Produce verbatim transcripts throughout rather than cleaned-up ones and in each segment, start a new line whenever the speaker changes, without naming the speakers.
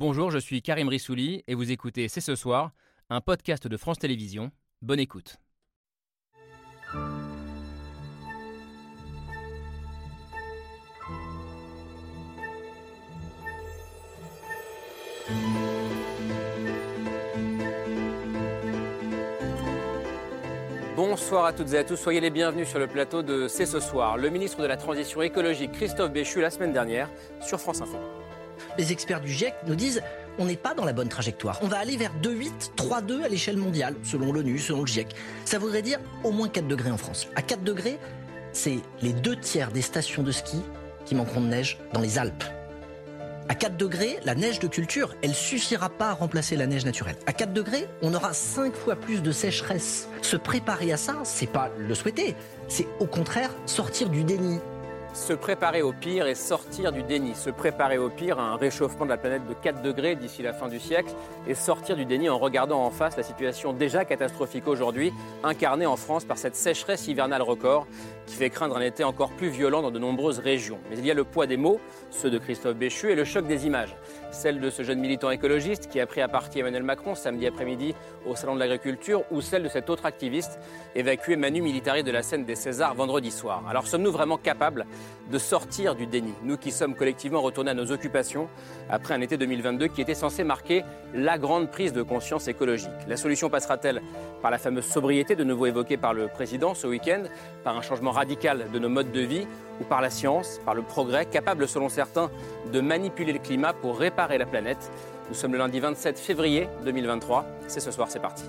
Bonjour, je suis Karim Rissouli et vous écoutez C'est ce soir, un podcast de France Télévisions. Bonne écoute. Bonsoir à toutes et à tous, soyez les bienvenus sur le plateau de C'est ce soir. Le ministre de la Transition écologique, Christophe Béchu, la semaine dernière, sur France Info.
Les experts du GIEC nous disent on n'est pas dans la bonne trajectoire. On va aller vers deux virgule huit, trois virgule deux à l'échelle mondiale, selon l'ONU, selon le GIEC. Ça voudrait dire au moins quatre degrés en France. À quatre degrés, c'est les deux tiers des stations de ski qui manqueront de neige dans les Alpes. À quatre degrés, la neige de culture, elle suffira pas à remplacer la neige naturelle. À quatre degrés, on aura cinq fois plus de sécheresse. Se préparer à ça, c'est pas le souhaiter, c'est au contraire sortir du déni.
Se préparer au pire et sortir du déni. Se préparer au pire à un réchauffement de la planète de quatre degrés d'ici la fin du siècle et sortir du déni en regardant en face la situation déjà catastrophique aujourd'hui, incarnée en France par cette sécheresse hivernale record qui fait craindre un été encore plus violent dans de nombreuses régions. Mais il y a le poids des mots, ceux de Christophe Béchu, et le choc des images. Celle de ce jeune militant écologiste qui a pris à partie Emmanuel Macron samedi après-midi au Salon de l'Agriculture, ou celle de cet autre activiste évacué Manu Militari de la scène des Césars vendredi soir. Alors sommes-nous vraiment capables de sortir du déni, nous qui sommes collectivement retournés à nos occupations après un été deux mille vingt-deux qui était censé marquer la grande prise de conscience écologique? La solution passera-t-elle par la fameuse sobriété de nouveau évoquée par le président ce week-end, par un changement radical de nos modes de vie, ou par la science, par le progrès, capable selon certains de manipuler le climat pour réparer la planète? Nous sommes le lundi vingt-sept février deux mille vingt-trois, c'est ce soir, c'est parti.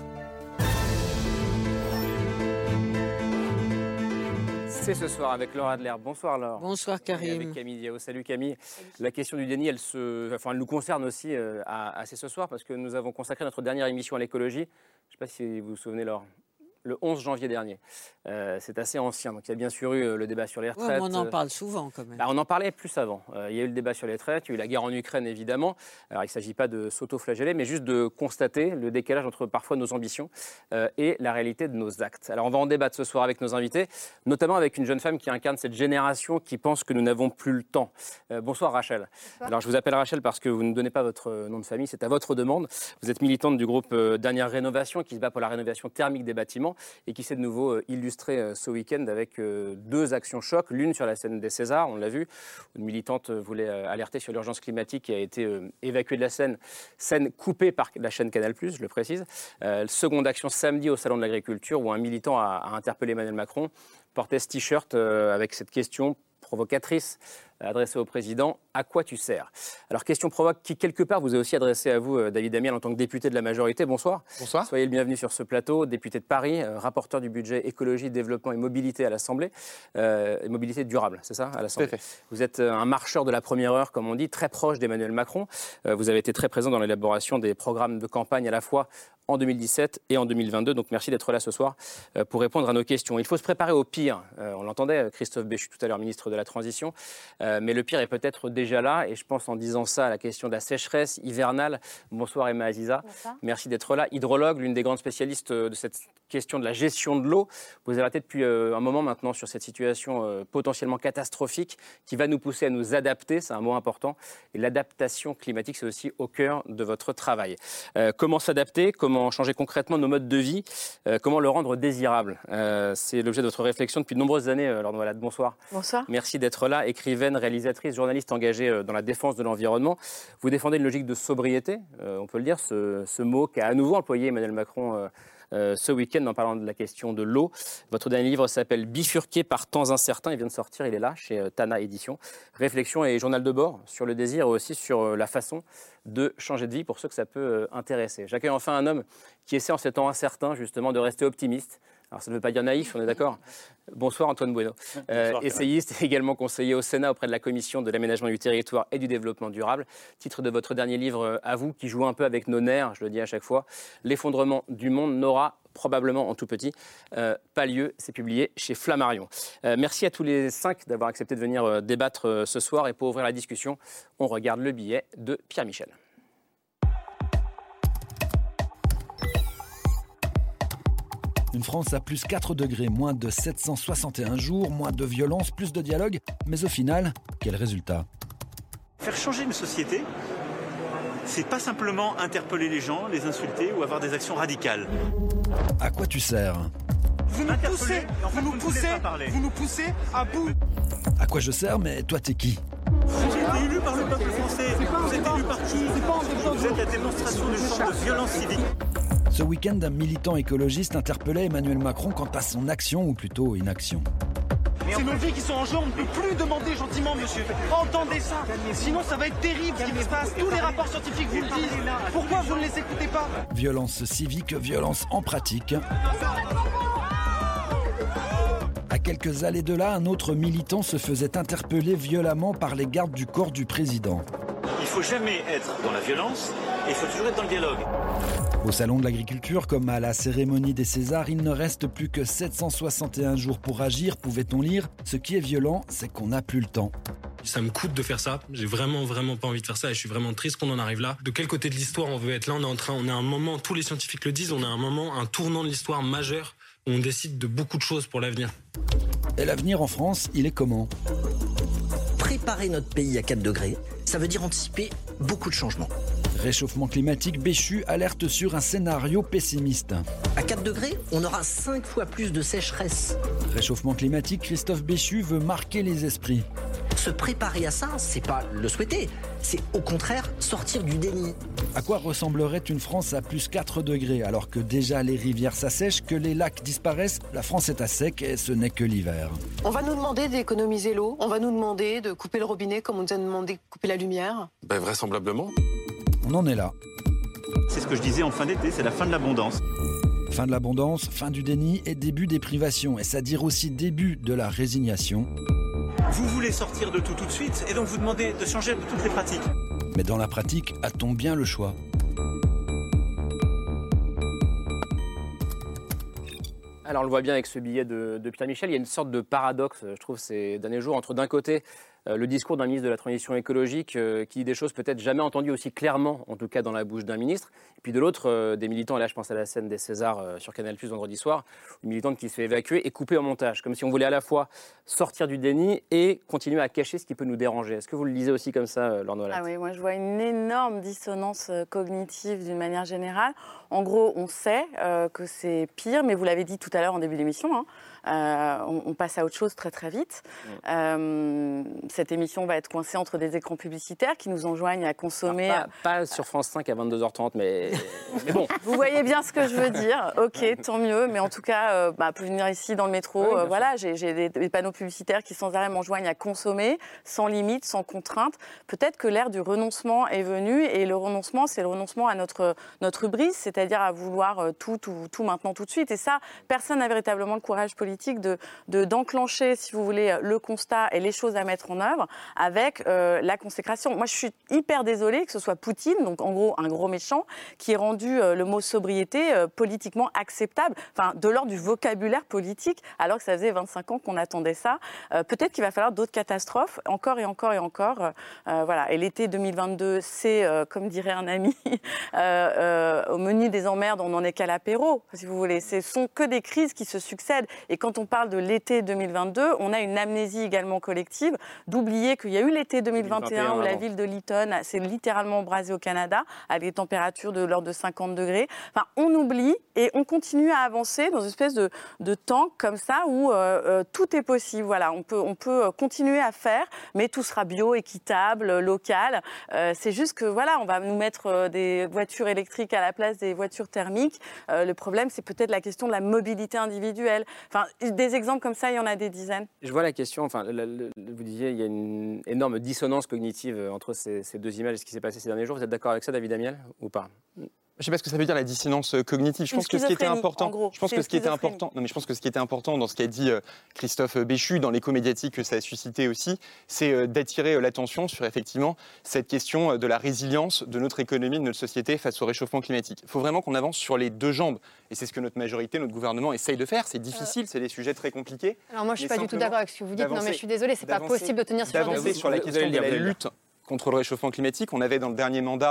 C'est ce soir avec Laure Adler. Bonsoir Laure.
Bonsoir Karim.
Et avec Camille Diao. Salut Camille. Salut. La question du déni, elle, se... enfin, elle nous concerne aussi euh, à, à C'est ce soir parce que nous avons consacré notre dernière émission à l'écologie. Je ne sais pas si vous vous souvenez Laure. Le onze janvier dernier. Euh, c'est assez ancien. Donc il y a bien sûr eu le débat sur les retraites.
Ouais, on en parle souvent quand même.
Bah, on en parlait plus avant. Euh, il y a eu le débat sur les retraites, il y a eu la guerre en Ukraine évidemment. Alors il ne s'agit pas de s'auto-flageller, mais juste de constater le décalage entre parfois nos ambitions euh, et la réalité de nos actes. Alors on va en débattre ce soir avec nos invités, notamment avec une jeune femme qui incarne cette génération qui pense que nous n'avons plus le temps. Euh, bonsoir Rachel. Bonsoir. Alors je vous appelle Rachel parce que vous ne donnez pas votre nom de famille, c'est à votre demande. Vous êtes militante du groupe euh, Dernière Rénovation qui se bat pour la rénovation thermique des bâtiments et qui s'est de nouveau illustré ce week-end avec deux actions chocs, l'une sur la scène des Césars, on l'a vu, où une militante voulait alerter sur l'urgence climatique et a été évacuée de la scène, scène coupée par la chaîne Canal plus, je le précise. Euh, seconde action samedi au Salon de l'Agriculture où un militant a, a interpellé Emmanuel Macron, portait ce t-shirt euh, avec cette question provocatrice adressée au président, à quoi tu sers? Alors question provoque qui quelque part vous est aussi adressée à vous David Amiel en tant que député de la majorité, bonsoir.
Bonsoir.
Soyez le bienvenu sur ce plateau, député de Paris, euh, rapporteur du budget écologie, développement et mobilité à l'Assemblée, euh, et mobilité durable, c'est ça à l'Assemblée?
Tout à fait.
Vous êtes un marcheur de la première heure comme on dit, très proche d'Emmanuel Macron, euh, vous avez été très présent dans l'élaboration des programmes de campagne à la fois en deux mille dix-sept et en deux mille vingt-deux. Donc merci d'être là ce soir euh, pour répondre à nos questions. Il faut se préparer au pire. Euh, on l'entendait, Christophe Béchu tout à l'heure, ministre de la Transition. Euh, mais le pire est peut-être déjà là. Et je pense en disant ça à la question de la sécheresse hivernale. Bonsoir Emma Aziza. Bonsoir. Merci d'être là. Hydrologue, l'une des grandes spécialistes de cette question de la gestion de l'eau. Vous avez été depuis euh, un moment maintenant sur cette situation euh, potentiellement catastrophique qui va nous pousser à nous adapter. C'est un mot important. Et l'adaptation climatique, c'est aussi au cœur de votre travail. Euh, comment s'adapter? Comment Comment changer concrètement nos modes de vie, euh, comment le rendre désirable. Euh, c'est l'objet de votre réflexion depuis de nombreuses années. Laure Noël, bonsoir.
Bonsoir.
Merci d'être là, écrivaine, réalisatrice, journaliste engagée dans la défense de l'environnement. Vous défendez une logique de sobriété, euh, on peut le dire, ce, ce mot qu'a à nouveau employé Emmanuel Macron euh, euh, ce week-end en parlant de la question de l'eau. Votre dernier livre s'appelle « Bifurqué par temps incertain ». Il vient de sortir, il est là, chez euh, Tana Édition. Réflexion et journal de bord sur le désir et aussi sur euh, la façon de changer de vie pour ceux que ça peut euh, intéresser. J'accueille enfin un homme qui essaie en ces temps incertains justement de rester optimiste. Alors ça ne veut pas dire naïf, on est d'accord? Bonsoir Antoine Bueno, euh, Bonsoir, essayiste et également conseiller au Sénat auprès de la Commission de l'aménagement du territoire et du développement durable. Titre de votre dernier livre à vous, qui joue un peu avec nos nerfs, je le dis à chaque fois. L'effondrement du monde n'aura probablement en tout petit, euh, pas lieu. C'est publié chez Flammarion. Euh, merci à tous les cinq d'avoir accepté de venir euh, débattre euh, ce soir. Et pour ouvrir la discussion, on regarde le billet de Pierre Michel.
Une France à plus quatre degrés, moins de sept cent soixante et un jours, moins de violence, plus de dialogue. Mais au final, quel résultat ?
Faire changer une société,
c'est pas simplement interpeller les gens, les insulter ou avoir des actions radicales.
À quoi tu sers ?
Vous nous poussez,
en fait,
vous nous
vous ne
poussez,
voulez pas parler.
vous nous poussez à bout.
À quoi je sers, mais toi t'es qui ?
Vous êtes élu par le peuple français. Vous êtes élu par qui ? Vous êtes la démonstration d'une forme de violence civique.
Ce week-end, un militant écologiste interpellait Emmanuel Macron quant à son action, ou plutôt inaction.
C'est nos vies qui sont en jeu, on ne peut plus demander gentiment, monsieur. Entendez ça, sinon ça va être terrible ce qui se passe. Tous les rapports scientifiques vous le disent. Pourquoi vous ne les écoutez pas ?
Violence civique, violence en pratique. À quelques allées de là, un autre militant se faisait interpeller violemment par les gardes du corps du président.
Il ne faut jamais être dans la violence et il faut toujours être dans le dialogue.
Au salon de l'agriculture, comme à la cérémonie des Césars, il ne reste plus que sept cent soixante et un jours pour agir, pouvait-on lire. Ce qui est violent, c'est qu'on n'a plus le temps.
Ça me coûte de faire ça. J'ai vraiment, vraiment pas envie de faire ça et je suis vraiment triste qu'on en arrive là. De quel côté de l'histoire on veut être là ? On est en train, on est à un moment, tous les scientifiques le disent, on est à un moment, un tournant de l'histoire majeur où on décide de beaucoup de choses pour l'avenir.
Et l'avenir en France, il est comment ?
Préparer notre pays à quatre degrés, ça veut dire anticiper beaucoup de changements.
Réchauffement climatique, Béchu alerte sur un scénario pessimiste.
À quatre degrés, on aura cinq fois plus de sécheresse.
Réchauffement climatique, Christophe Béchu veut marquer les esprits.
Se préparer à ça, c'est pas le souhaiter, c'est au contraire sortir du déni.
À quoi ressemblerait une France à plus quatre degrés alors que déjà les rivières s'assèchent, que les lacs disparaissent, la France est à sec et ce n'est que l'hiver.
On va nous demander d'économiser l'eau, on va nous demander de couper le robinet comme on nous a demandé de couper la lumière.
Ben vraisemblablement.
On en est là.
C'est ce que je disais en fin d'été, c'est la fin de l'abondance.
Fin de l'abondance, fin du déni et début des privations. Et ça dire aussi début de la résignation.
Vous voulez sortir de tout tout de suite et donc vous demandez de changer de toutes les pratiques.
Mais dans la pratique, a-t-on bien le choix ?
Alors on le voit bien avec ce billet de, de Pierre Michel, il y a une sorte de paradoxe, je trouve, ces derniers jours, entre d'un côté euh, le discours d'un ministre de la Transition écologique euh, qui dit des choses peut-être jamais entendues aussi clairement, en tout cas dans la bouche d'un ministre, et puis de l'autre, euh, des militants, et là je pense à la scène des Césars euh, sur Canal plus, vendredi soir, une militante qui se fait évacuer et coupée au montage, comme si on voulait à la fois sortir du déni et continuer à cacher ce qui peut nous déranger. Est-ce que vous le lisez aussi comme ça, Laure Noaillat ?
Ah oui, moi je vois une énorme dissonance cognitive d'une manière générale. En gros, on sait euh, que c'est pire, mais vous l'avez dit tout à l'heure en début d'émission, hein, euh, on, on passe à autre chose très très vite. Mmh. Euh, cette émission va être coincée entre des écrans publicitaires qui nous enjoignent à consommer...
Alors, pas, pas sur France cinq à vingt-deux heures trente, mais, mais bon.
Vous voyez bien ce que je veux dire. Ok, tant mieux, mais en tout cas, euh, bah, pour venir ici dans le métro, oui, euh, voilà, j'ai, j'ai des, des panneaux publicitaires qui sans arrêt m'enjoignent à consommer, sans limite, sans contrainte. Peut-être que l'ère du renoncement est venue, et le renoncement, c'est le renoncement à notre, notre hubris, c'est-à-dire à vouloir tout, tout, tout maintenant, tout de suite. Et ça, personne n'a véritablement le courage politique de, de, d'enclencher, si vous voulez, le constat et les choses à mettre en œuvre avec euh, la consécration. Moi, je suis hyper désolée que ce soit Poutine, donc en gros un gros méchant, qui ait rendu euh, le mot sobriété euh, politiquement acceptable, enfin de l'ordre du vocabulaire politique, alors que ça faisait vingt-cinq ans qu'on attendait ça. Euh, peut-être qu'il va falloir d'autres catastrophes, encore et encore et encore. Euh, voilà. Et l'été deux mille vingt-deux, c'est, euh, comme dirait un ami, euh, euh, au menu des emmerdes, on n'en est qu'à l'apéro, si vous voulez. Ce sont que des crises qui se succèdent. Et quand on parle de l'été deux mille vingt-deux, on a une amnésie également collective d'oublier qu'il y a eu l'été deux mille vingt et un où la ville de Lytton s'est littéralement embrasée au Canada avec des températures de l'ordre de cinquante degrés. Enfin, on oublie et on continue à avancer dans une espèce de, de temps comme ça où euh, euh, tout est possible. Voilà, on peut, on peut continuer à faire, mais tout sera bio, équitable, local. Euh, c'est juste que voilà, on va nous mettre euh, des voitures électriques à la place des voitures thermiques. Euh, le problème, c'est peut-être la question de la mobilité individuelle. Enfin, des exemples comme ça, il y en a des dizaines.
Je vois la question, enfin, le, le, vous disiez, il y a une énorme dissonance cognitive entre ces, ces deux images et ce qui s'est passé ces derniers jours. Vous êtes d'accord avec ça, David Amiel, ou pas ?
Je ne sais pas ce que ça veut dire la dissonance cognitive. Je pense que ce qui était important, gros, je pense que ce qui était important, non mais je pense que ce qui était important dans ce qu'a dit euh, Christophe Béchu, dans l'écho médiatique que ça a suscité aussi, c'est euh, d'attirer euh, l'attention sur effectivement cette question euh, de la résilience de notre économie, de notre société face au réchauffement climatique. Il faut vraiment qu'on avance sur les deux jambes, et c'est ce que notre majorité, notre gouvernement essaye de faire. C'est difficile, euh... c'est des sujets très compliqués.
Alors moi, je suis pas du tout d'accord avec ce que vous dites. Non mais je suis désolée, c'est pas possible de tenir ce genre de
d'avancer sur la question de la lutte contre le réchauffement climatique. On avait dans le dernier mandat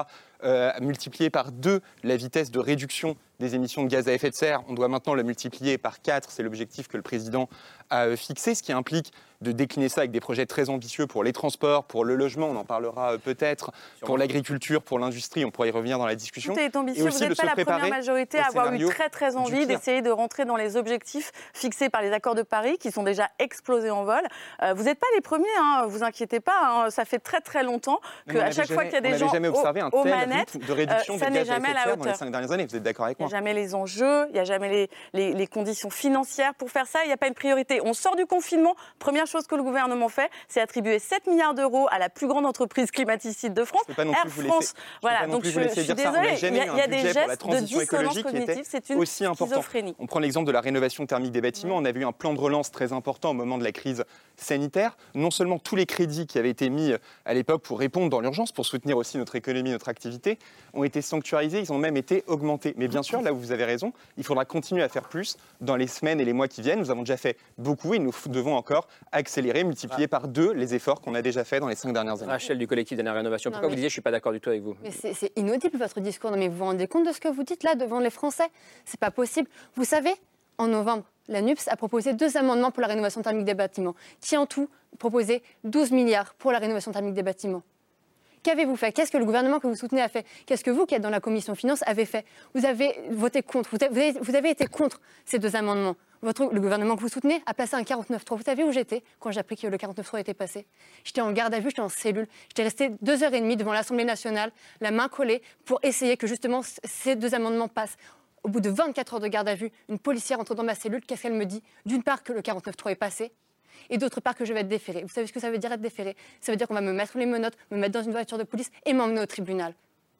euh, multiplié par deux la vitesse de réduction des émissions de gaz à effet de serre. On doit maintenant la multiplier par quatre, c'est l'objectif que le président a euh, fixé, ce qui implique de décliner ça avec des projets très ambitieux pour les transports, pour le logement, on en parlera euh, peut-être, pour l'agriculture, pour l'industrie, on pourra y revenir dans la discussion.
Tout est ambitieux, vous n'êtes pas la première majorité à avoir eu très très envie d'essayer de rentrer dans les objectifs fixés par les accords de Paris, qui sont déjà explosés en vol. Euh, vous n'êtes pas les premiers, hein, vous inquiétez pas, hein, ça fait très très longtemps qu'à chaque jamais, fois qu'il y a des gens
jamais observé
au,
un tel
aux manettes,
de réduction
euh, ça
des
n'est
gaz à
jamais
effet de
à la
serre
hauteur.
dans les cinq dernières années, vous êtes d'accord avec moi?
Il n'y a jamais les enjeux, il n'y a jamais les, les, les conditions financières pour faire ça, il n'y a pas une priorité. On sort du confinement, première chose que le gouvernement fait, c'est attribuer sept milliards d'euros à la plus grande entreprise climaticide de France, Air France. Voilà, donc je, je suis désolée, il y a, il y a des gestes de dissonance cognitive, c'est une
aussi
schizophrénie.
On prend l'exemple de la rénovation thermique des bâtiments, on avait eu un plan de relance très important au moment de la crise sanitaire. Non seulement tous les crédits qui avaient été mis à l'époque pour répondre dans l'urgence, pour soutenir aussi notre économie, notre activité, ont été sanctuarisés, ils ont même été augmentés. Mais bien sûr, là où vous avez raison, il faudra continuer à faire plus dans les semaines et les mois qui viennent. Nous avons déjà fait beaucoup et nous devons encore accélérer, multiplier par deux les efforts qu'on a déjà fait dans les cinq dernières années.
Rachel du collectif Dernière Rénovation, pourquoi mais... vous disiez je ne suis pas d'accord du tout avec vous?
Mais c'est, c'est inaudible votre discours. Non, mais vous vous rendez compte de ce que vous dites là devant les Français? C'est pas possible. Vous savez, en novembre, la NUPS a proposé deux amendements pour la rénovation thermique des bâtiments, qui en tout proposaient douze milliards pour la rénovation thermique des bâtiments. Qu'avez-vous fait? Qu'est-ce que le gouvernement que vous soutenez a fait? Qu'est-ce que vous, qui êtes dans la commission finances, avez fait? Vous avez voté contre, vous avez, vous avez été contre ces deux amendements. Votre, le gouvernement que vous soutenez a passé un quarante-neuf trois. Vous savez où j'étais quand j'ai appris que le quarante-neuf trois était passé? J'étais en garde à vue, j'étais en cellule. J'étais restée deux heures et demie devant l'Assemblée nationale, la main collée, pour essayer que justement ces deux amendements passent. Au bout de vingt-quatre heures de garde à vue, une policière entre dans ma cellule. Qu'est-ce qu'elle me dit? D'une part que le quarante-neuf trois est passé, et d'autre part que je vais être déférée. Vous savez ce que ça veut dire être déférée? Ça veut dire qu'on va me mettre les menottes, me mettre dans une voiture de police et m'emmener au tribunal.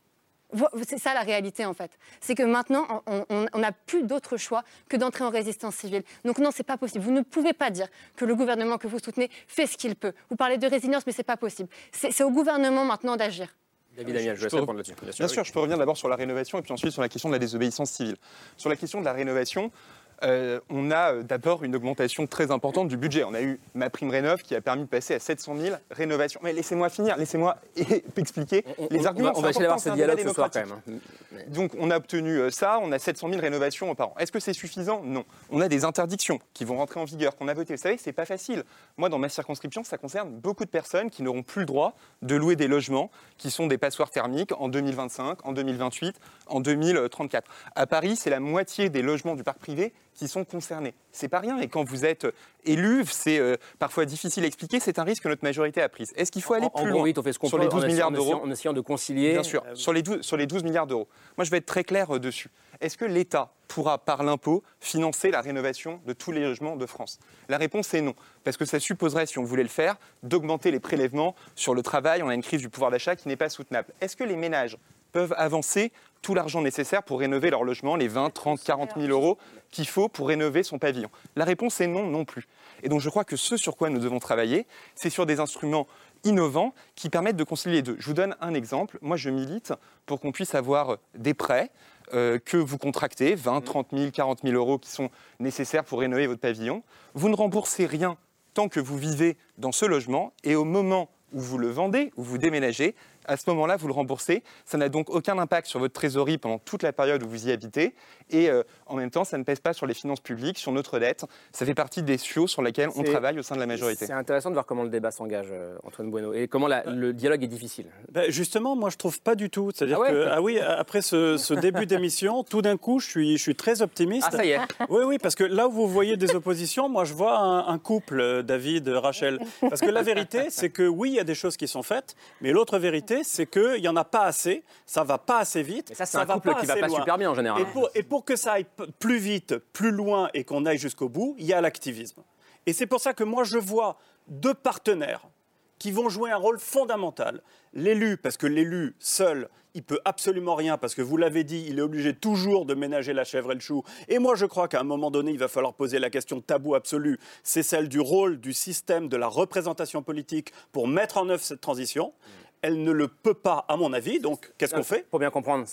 C'est ça la réalité en fait. C'est que maintenant, on n'a plus d'autre choix que d'entrer en résistance civile. Donc non, c'est pas possible. Vous ne pouvez pas dire que le gouvernement que vous soutenez fait ce qu'il peut. Vous parlez de résilience, mais c'est pas possible. C'est au gouvernement maintenant d'agir.
David Amiel, je vais répondre là-dessus.
Bien, bien sûr, oui. Je peux revenir d'abord sur la rénovation et puis ensuite sur la question de la désobéissance civile. Sur la question de la rénovation, Euh, on a euh, d'abord une augmentation très importante du budget. On a eu MaPrimeRénov' qui a permis de passer à sept cent mille rénovations. Mais laissez-moi finir, laissez-moi expliquer
on,
les
on,
arguments.
On va, on va essayer d'avoir ce dialogue ce soir quand même.
Donc on a obtenu euh, ça, on a sept cent mille rénovations par an. Est-ce que c'est suffisant? Non. On a des interdictions qui vont rentrer en vigueur, qu'on a votées. Vous savez, c'est pas facile. Moi, dans ma circonscription, ça concerne beaucoup de personnes qui n'auront plus le droit de louer des logements qui sont des passoires thermiques en deux mille vingt-cinq, en deux mille vingt-huit, en deux mille trente-quatre. À Paris, c'est la moitié des logements du parc privé qui sont concernés. C'est pas rien. Et quand vous êtes élu, c'est euh, parfois difficile à expliquer. C'est un risque que notre majorité a pris. Est-ce qu'il faut aller
en,
plus
en
loin
oui, on fait ce qu'on
sur
peut,
les douze milliards d'euros
en essayant de concilier?
Bien sûr. Euh, sur, les douze, sur les douze milliards d'euros. Moi, je vais être très clair euh, dessus. Est-ce que l'État pourra, par l'impôt, financer la rénovation de tous les logements de France? La réponse est non. Parce que ça supposerait, si on voulait le faire, d'augmenter les prélèvements sur le travail. On a une crise du pouvoir d'achat qui n'est pas soutenable. Est-ce que les ménages peuvent avancer tout l'argent nécessaire pour rénover leur logement, les vingt, trente, quarante mille euros qu'il faut pour rénover son pavillon? La réponse est non, non plus. Et donc je crois que ce sur quoi nous devons travailler, c'est sur des instruments innovants qui permettent de concilier les deux. Je vous donne un exemple. Moi, je milite pour qu'on puisse avoir des prêts euh, que vous contractez, vingt, trente mille, quarante mille euros qui sont nécessaires pour rénover votre pavillon. Vous ne remboursez rien tant que vous vivez dans ce logement et au moment où vous le vendez, où vous déménagez, à ce moment-là, vous le remboursez. Ça n'a donc aucun impact sur votre trésorerie pendant toute la période où vous y habitez. Et euh, en même temps, ça ne pèse pas sur les finances publiques, sur notre dette. Ça fait partie des tuyaux sur lesquels on travaille au sein de la majorité.
C'est intéressant de voir comment le débat s'engage, euh, Antoine Bueno, et comment la, le dialogue est difficile.
Ben justement, moi, je ne trouve pas du tout. C'est-à-dire
ah ouais
que, ah oui, après ce, ce début d'émission, tout d'un coup, je suis, je suis très optimiste.
Ah, ça y est.
Oui, oui, parce que là où vous voyez des oppositions, moi, je vois un, un couple, David, Rachel. Parce que la vérité, c'est que oui, il y a des choses qui sont faites, mais l'autre vérité, c'est qu'il y en a pas assez, ça va pas assez vite.
Et ça, c'est ça un va couple pas qui va pas loin. Super bien en général.
Et pour, et pour que ça aille plus vite, plus loin et qu'on aille jusqu'au bout, il y a l'activisme. Et c'est pour ça que moi, je vois deux partenaires qui vont jouer un rôle fondamental. L'élu, parce que l'élu seul, il peut absolument rien, parce que vous l'avez dit, il est obligé toujours de ménager la chèvre et le chou. Et moi, je crois qu'à un moment donné, il va falloir poser la question tabou absolue. C'est celle du rôle du système, de la représentation politique pour mettre en œuvre cette transition. Elle ne le peut pas, à mon avis. Donc, qu'est-ce qu'on fait?
Pour bien comprendre, c'est-à-dire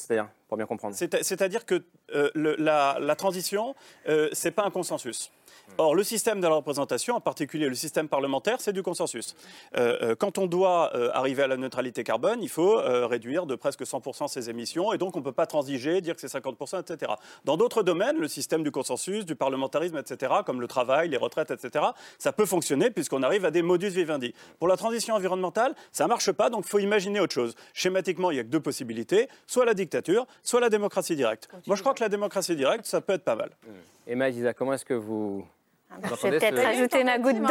pour bien comprendre.
C'est, c'est-à-dire que euh, le, la, la transition, euh, ce n'est pas un consensus. Or, le système de la représentation, en particulier le système parlementaire, c'est du consensus. Euh, euh, quand on doit euh, arriver à la neutralité carbone, il faut euh, réduire de presque cent pour cent ses émissions, et donc on ne peut pas transiger, dire que c'est cinquante pour cent, et cetera. Dans d'autres domaines, le système du consensus, du parlementarisme, et cetera, comme le travail, les retraites, et cetera, ça peut fonctionner puisqu'on arrive à des modus vivendi. Pour la transition environnementale, ça ne marche pas, donc il faut imaginer autre chose. Schématiquement, il n'y a que deux possibilités, soit la dictature, soit la démocratie directe. Moi, je crois que la démocratie directe, ça peut être pas mal.
Emma et Ziza, comment est-ce que vous...
Je vais peut-être ce... rajouter ma goutte d'eau.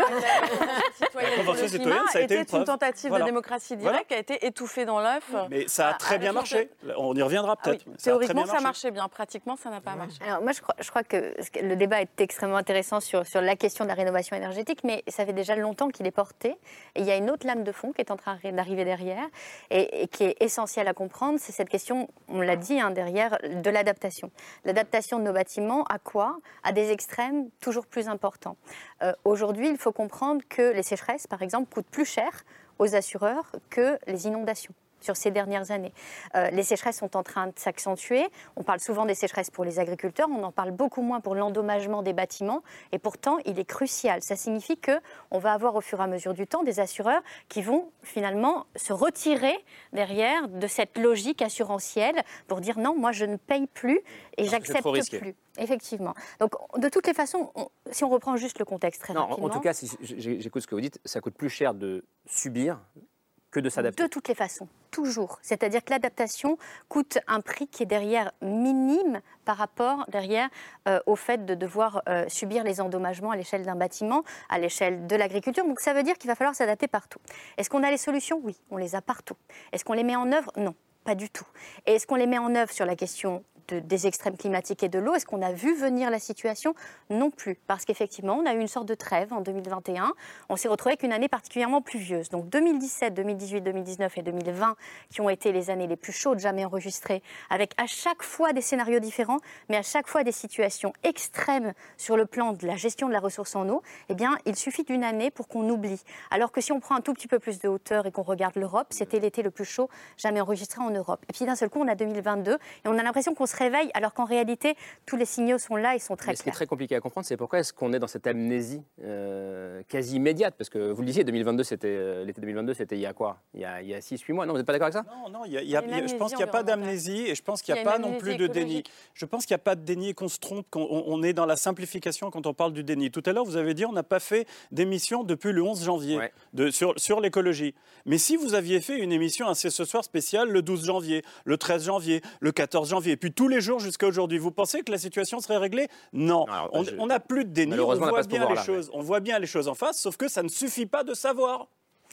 La Convention citoyenne, ça a été une,
une tentative
voilà.
de démocratie directe voilà. qui a été étouffée dans l'œuf.
Mais ça a très bien marché. On y reviendra peut-être.
Ah oui. Théoriquement, ça marchait bien. Pratiquement, ça n'a pas marché.
Alors, moi, je crois, je crois que le débat est extrêmement intéressant sur, sur la question de la rénovation énergétique, mais ça fait déjà longtemps qu'il est porté. Et il y a une autre lame de fond qui est en train d'arriver derrière et, et qui est essentielle à comprendre. C'est cette question, on l'a dit, hein, derrière, de l'adaptation. L'adaptation de nos bâtiments à quoi ? À des extrêmes toujours plus importants. Euh, Aujourd'hui, il faut comprendre que les sécheresses, par exemple, coûtent plus cher aux assureurs que les inondations sur ces dernières années. Euh, les sécheresses sont en train de s'accentuer. On parle souvent des sécheresses pour les agriculteurs, on en parle beaucoup moins pour l'endommagement des bâtiments. Et pourtant, il est crucial. Ça signifie qu'on va avoir au fur et à mesure du temps des assureurs qui vont finalement se retirer derrière de cette logique assurantielle pour dire non, moi je ne paye plus et j'accepte plus. Effectivement. Donc, de toutes les façons, on, si on reprend juste le contexte très
non,
rapidement...
En tout cas, si j'écoute ce que vous dites, ça coûte plus cher de subir que de s'adapter.
De toutes les façons, toujours. C'est-à-dire que l'adaptation coûte un prix qui est derrière minime par rapport derrière euh, au fait de devoir euh, subir les endommagements à l'échelle d'un bâtiment, à l'échelle de l'agriculture. Donc ça veut dire qu'il va falloir s'adapter partout. Est-ce qu'on a les solutions ? Oui, on les a partout. Est-ce qu'on les met en œuvre ? Non, pas du tout. Et est-ce qu'on les met en œuvre sur la question de, des extrêmes climatiques et de l'eau ? Est-ce qu'on a vu venir la situation ? Non plus. Parce qu'effectivement, on a eu une sorte de trêve en deux mille vingt et un. On s'est retrouvé avec une année particulièrement pluvieuse. Donc deux mille dix-sept, deux mille dix-huit, deux mille dix-neuf et deux mille vingt qui ont été les années les plus chaudes jamais enregistrées, avec à chaque fois des scénarios différents, mais à chaque fois des situations extrêmes sur le plan de la gestion de la ressource en eau. Eh bien, il suffit d'une année pour qu'on oublie. Alors que si on prend un tout petit peu plus de hauteur et qu'on regarde l'Europe, c'était l'été le plus chaud jamais enregistré en Europe. Et puis d'un seul coup, on a deux mille vingt-deux et on a l'impression qu'on se réveille, alors qu'en réalité, tous les signaux sont là et sont très
Mais ce
clairs.
qui est très compliqué à comprendre, c'est pourquoi est-ce qu'on est dans cette amnésie euh, quasi immédiate ? Parce que vous le disiez, deux mille vingt-deux, c'était, euh, l'été deux mille vingt-deux, c'était il y a quoi ? Il y a, il y a six huit mois, non ? Vous n'êtes pas d'accord avec ça ?
Non, non, il y a, il y a, il y a, je pense qu'il n'y a pas d'amnésie et je pense qu'il n'y a, a pas non plus de déni. Je pense qu'il n'y a pas de déni et qu'on se trompe, qu'on on est dans la simplification quand on parle du déni. Tout à l'heure, vous avez dit on n'a pas fait d'émission depuis le onze janvier ouais. de, sur, sur l'écologie. Mais si vous aviez fait une émission un C'est ce soir spéciale le douze janvier, le treize janvier, le quatorze janvier, et puis tous les jours jusqu'à aujourd'hui, vous pensez que la situation serait réglée ? Non. Alors, on n'a plus de déni, on voit, bien les choses, on voit bien les choses en face, sauf que ça ne suffit pas de savoir.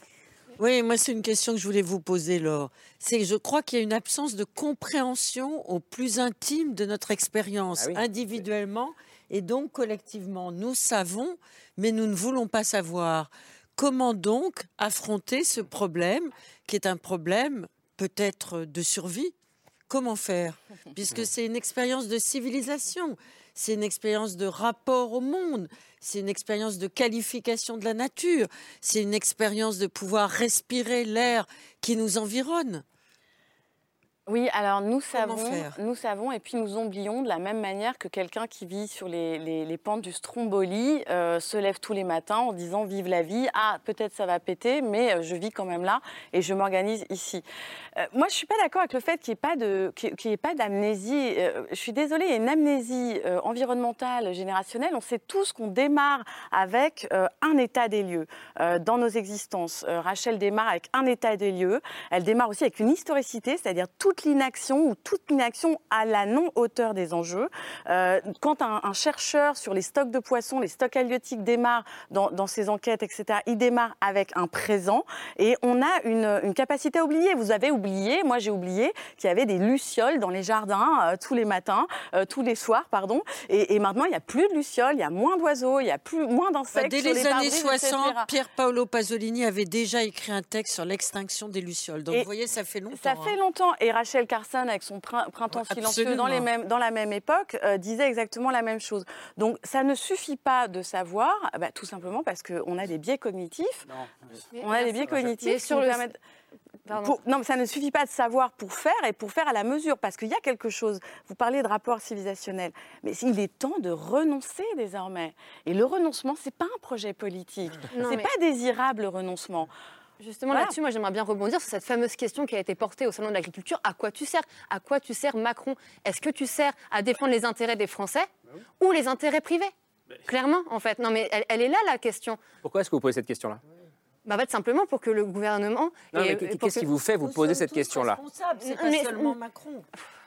Oui, moi, c'est une question que je voulais vous poser, Laure. C'est que je crois qu'il y a une absence de compréhension au plus intime de notre expérience, ah oui. individuellement et donc collectivement. Nous savons, mais nous ne voulons pas savoir. Comment donc affronter ce problème, qui est un problème peut-être de survie ? Comment faire ? Puisque c'est une expérience de civilisation, c'est une expérience de rapport au monde, c'est une expérience de qualification de la nature, c'est une expérience de pouvoir respirer l'air qui nous environne.
Oui, alors nous savons, nous savons et puis nous oublions de la même manière que quelqu'un qui vit sur les, les, les pentes du Stromboli euh, se lève tous les matins en disant « vive la vie », ah peut-être ça va péter, mais euh, je vis quand même là et je m'organise ici. Euh, moi, je ne suis pas d'accord avec le fait qu'il n'y ait pas de, qu'il n'y ait pas d'amnésie. Euh, je suis désolée, il y a une amnésie euh, environnementale, générationnelle. On sait tous qu'on démarre avec euh, un état des lieux euh, dans nos existences. Euh, Rachel démarre avec un état des lieux. Elle démarre aussi avec une historicité, c'est-à-dire toute l'inaction ou toute l'inaction à la non-hauteur des enjeux. Euh, quand un, un chercheur sur les stocks de poissons, les stocks halieutiques démarre dans, dans ses enquêtes, et cetera, il démarre avec un présent et on a une, une capacité à oublier. Vous avez oublié, moi j'ai oublié qu'il y avait des lucioles dans les jardins euh, tous les matins, euh, tous les soirs, pardon. Et, et maintenant, il n'y a plus de lucioles, il y a moins d'oiseaux, il y a plus, moins d'insectes.
Bah, dès
sur
les,
les
années
pare-brises,
soixante, Pier Paolo Pasolini avait déjà écrit un texte sur l'extinction des lucioles. Donc
et
vous voyez, ça fait longtemps.
Ça fait longtemps. Et Rachel Carson, avec son Printemps ouais, silencieux dans, les mêmes, dans la même époque, euh, disait exactement la même chose. Donc ça ne suffit pas de savoir, bah, tout simplement parce qu'on a des biais cognitifs. Non. On a des biais cognitifs qui nous permettent... Pour, non, mais ça ne suffit pas de savoir pour faire et pour faire à la mesure, parce qu'il y a quelque chose. Vous parlez de rapport civilisationnel, mais il est temps de renoncer désormais. Et le renoncement, c'est pas un projet politique. Non, c'est mais... pas désirable le renoncement.
Justement, voilà. Là-dessus, moi, j'aimerais bien rebondir sur cette fameuse question qui a été portée au Salon de l'Agriculture. À quoi tu sers ? À quoi tu sers Macron ? Est-ce que tu sers à défendre les intérêts des Français oui. ou les intérêts privés ? Mais... Clairement, en fait. Non, mais elle, elle est là, la question.
Pourquoi est-ce que vous posez cette question-là ?
Bah, en fait, simplement pour que le gouvernement...
Non, mais qu'est-ce que... qui vous fait vous poser cette question-là ?
C'est pas mais... seulement Macron.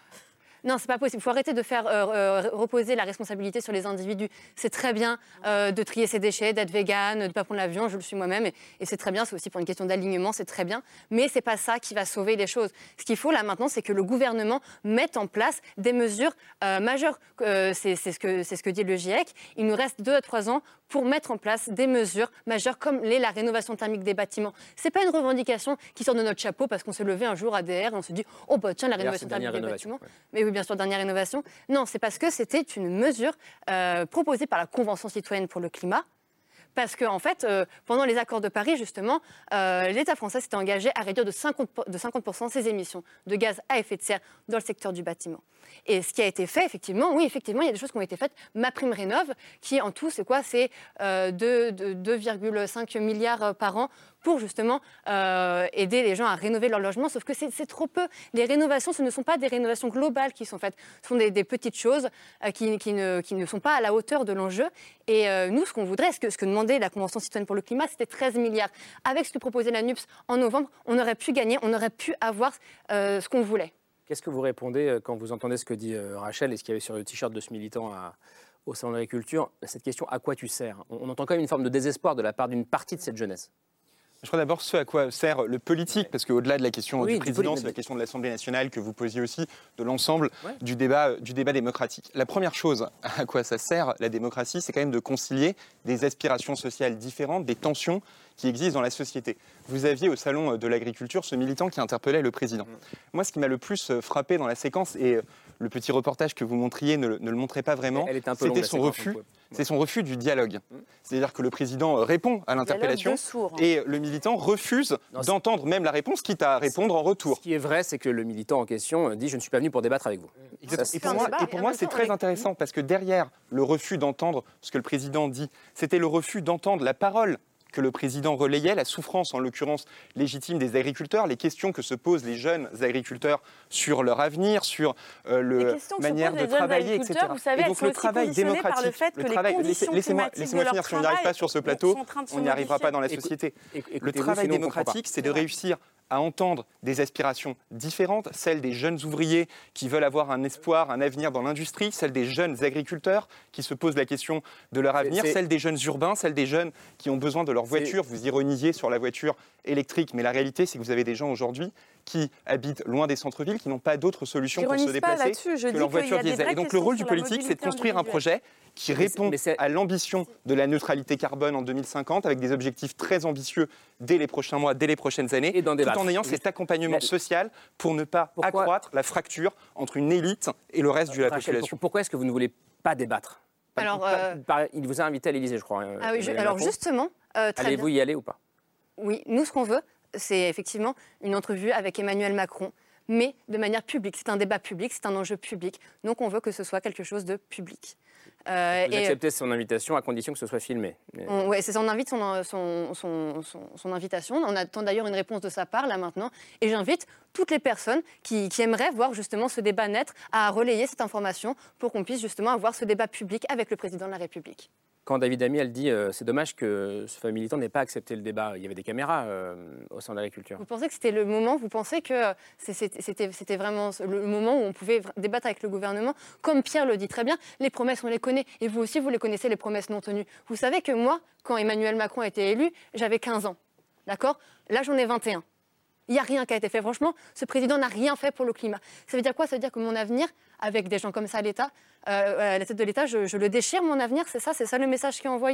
Non, c'est pas possible. Il faut arrêter de faire euh, euh, reposer la responsabilité sur les individus. C'est très bien euh, de trier ses déchets, d'être végane, de ne pas prendre l'avion. Je le suis moi-même et, et c'est très bien. C'est aussi pour une question d'alignement, c'est très bien. Mais c'est pas ça qui va sauver les choses. Ce qu'il faut là maintenant, c'est que le gouvernement mette en place des mesures euh, majeures. Euh, c'est, c'est, ce que, c'est ce que dit le GIEC. Il nous reste deux à trois ans pour mettre en place des mesures majeures comme l'est la rénovation thermique des bâtiments. C'est pas une revendication qui sort de notre chapeau parce qu'on s'est levé un jour à D R et on se dit oh bah tiens la rénovation thermique des bâtiments. Ouais. Mais oui, bien sûr, dernière rénovation. Non, c'est parce que c'était une mesure euh, proposée par la Convention citoyenne pour le climat. Parce qu'en en fait, euh, pendant les accords de Paris, justement, euh, l'État français s'était engagé à réduire de cinquante pour cent ses émissions de gaz à effet de serre dans le secteur du bâtiment. Et ce qui a été fait, effectivement, oui, effectivement, il y a des choses qui ont été faites. MaPrimeRénov', qui en tout, c'est quoi ? C'est euh, deux virgule cinq milliards par an pour justement euh, aider les gens à rénover leur logement, sauf que c'est, c'est trop peu. Les rénovations, ce ne sont pas des rénovations globales qui sont faites, ce sont des, des petites choses euh, qui, qui, ne, qui ne sont pas à la hauteur de l'enjeu. Et euh, nous, ce qu'on voudrait, ce que, ce que demandait la Convention citoyenne pour le climat, c'était treize milliards. Avec ce que proposait la NUPS en novembre, on aurait pu gagner, on aurait pu avoir euh, ce qu'on voulait.
Qu'est-ce que vous répondez quand vous entendez ce que dit euh, Rachel et ce qu'il y avait sur le t-shirt de ce militant à, au Salon de l'Agriculture, cette question « à quoi tu sers ?» on, on entend quand même une forme de désespoir de la part d'une partie de cette jeunesse.
Je crois d'abord ce à quoi sert le politique, parce qu'au-delà de la question oui, du président, c'est la question de l'Assemblée nationale que vous posiez aussi, de l'ensemble ouais. du, débat, du débat démocratique. La première chose à quoi ça sert, la démocratie, c'est quand même de concilier des aspirations sociales différentes, des tensions qui existent dans la société. Vous aviez au Salon de l'Agriculture ce militant qui interpellait le président. Mmh. Moi, ce qui m'a le plus frappé dans la séquence, et le petit reportage que vous montriez ne, ne le montrait pas vraiment, c'était son refus. C'est son refus du dialogue. Mmh. C'est-à-dire que le président répond à l'interpellation
sourd, hein.
et le militant refuse non, d'entendre même la réponse, quitte à répondre en retour.
Ce qui est vrai, c'est que le militant en question dit « je ne suis pas venu pour débattre avec vous ».
Et pour moi, et pour moi c'est très avec... intéressant parce que derrière le refus d'entendre ce que le président dit, c'était le refus d'entendre la parole que le président relayait, la souffrance en l'occurrence légitime des agriculteurs, les questions que se posent les jeunes agriculteurs sur leur avenir, sur euh, le manière de travailler, et cetera.
Vous savez,
et donc le travail démocratique,
par le fait que
le travail,
les
laissez-moi laissez laissez finir, si on n'y arrive pas sur ce plateau, on n'y arrivera pas dans la société. Le travail démocratique, c'est de réussir à entendre des aspirations différentes, celles des jeunes ouvriers qui veulent avoir un espoir, un avenir dans l'industrie, celles des jeunes agriculteurs qui se posent la question de leur avenir, celles des jeunes urbains, celles des jeunes qui ont besoin de leur voiture. Vous ironisiez sur la voiture électrique, mais la réalité, c'est que vous avez des gens aujourd'hui qui habitent loin des centres-villes, qui n'ont pas d'autre solution pour se déplacer que leur voiture diesel. Et donc le rôle du politique, c'est de construire un projet qui répond à l'ambition de la neutralité carbone en deux mille cinquante, avec des objectifs très ambitieux dès les prochains mois, dès les prochaines années, et tout en ayant cet accompagnement social pour ne pas pourquoi accroître la fracture entre une élite et le reste de la
Rachel,
population.
Pourquoi est-ce que vous ne voulez pas débattre ?
Alors, euh...
Il vous a invité à l'Élysée, je crois.
Ah oui, je... alors justement... Euh,
Allez-vous y aller ou pas ?
Oui, nous, ce qu'on veut, c'est effectivement une entrevue avec Emmanuel Macron, mais de manière publique. C'est un débat public, c'est un enjeu public. Donc, on veut que ce soit quelque chose de public.
Euh, Vous et acceptez son invitation à condition que ce soit filmé.
Mais... Oui, c'est on invite son, son, son, son, son invitation. On attend d'ailleurs une réponse de sa part, là, maintenant. Et j'invite toutes les personnes qui, qui aimeraient voir justement ce débat naître à relayer cette information pour qu'on puisse justement avoir ce débat public avec le président de la République.
Quand David Amiel dit euh, c'est dommage que ce fameux militant n'ait pas accepté le débat, il y avait des caméras euh, au sein de l'agriculture.
Vous pensez que c'était le moment, vous pensez que c'était, c'était vraiment le moment où on pouvait débattre avec le gouvernement? Comme Pierre le dit très bien, les promesses, on les connaît. Et vous aussi, vous les connaissez, les promesses non tenues. Vous savez que moi, quand Emmanuel Macron a été élu, j'avais quinze ans. D'accord? Là, j'en ai vingt et un. Il n'y a rien qui a été fait. Franchement, ce président n'a rien fait pour le climat. Ça veut dire quoi? Ça veut dire que mon avenir, avec des gens comme ça à l'État, euh, à la tête de l'État, je, je le déchire, mon avenir, c'est ça? C'est ça le message qui est envoyé?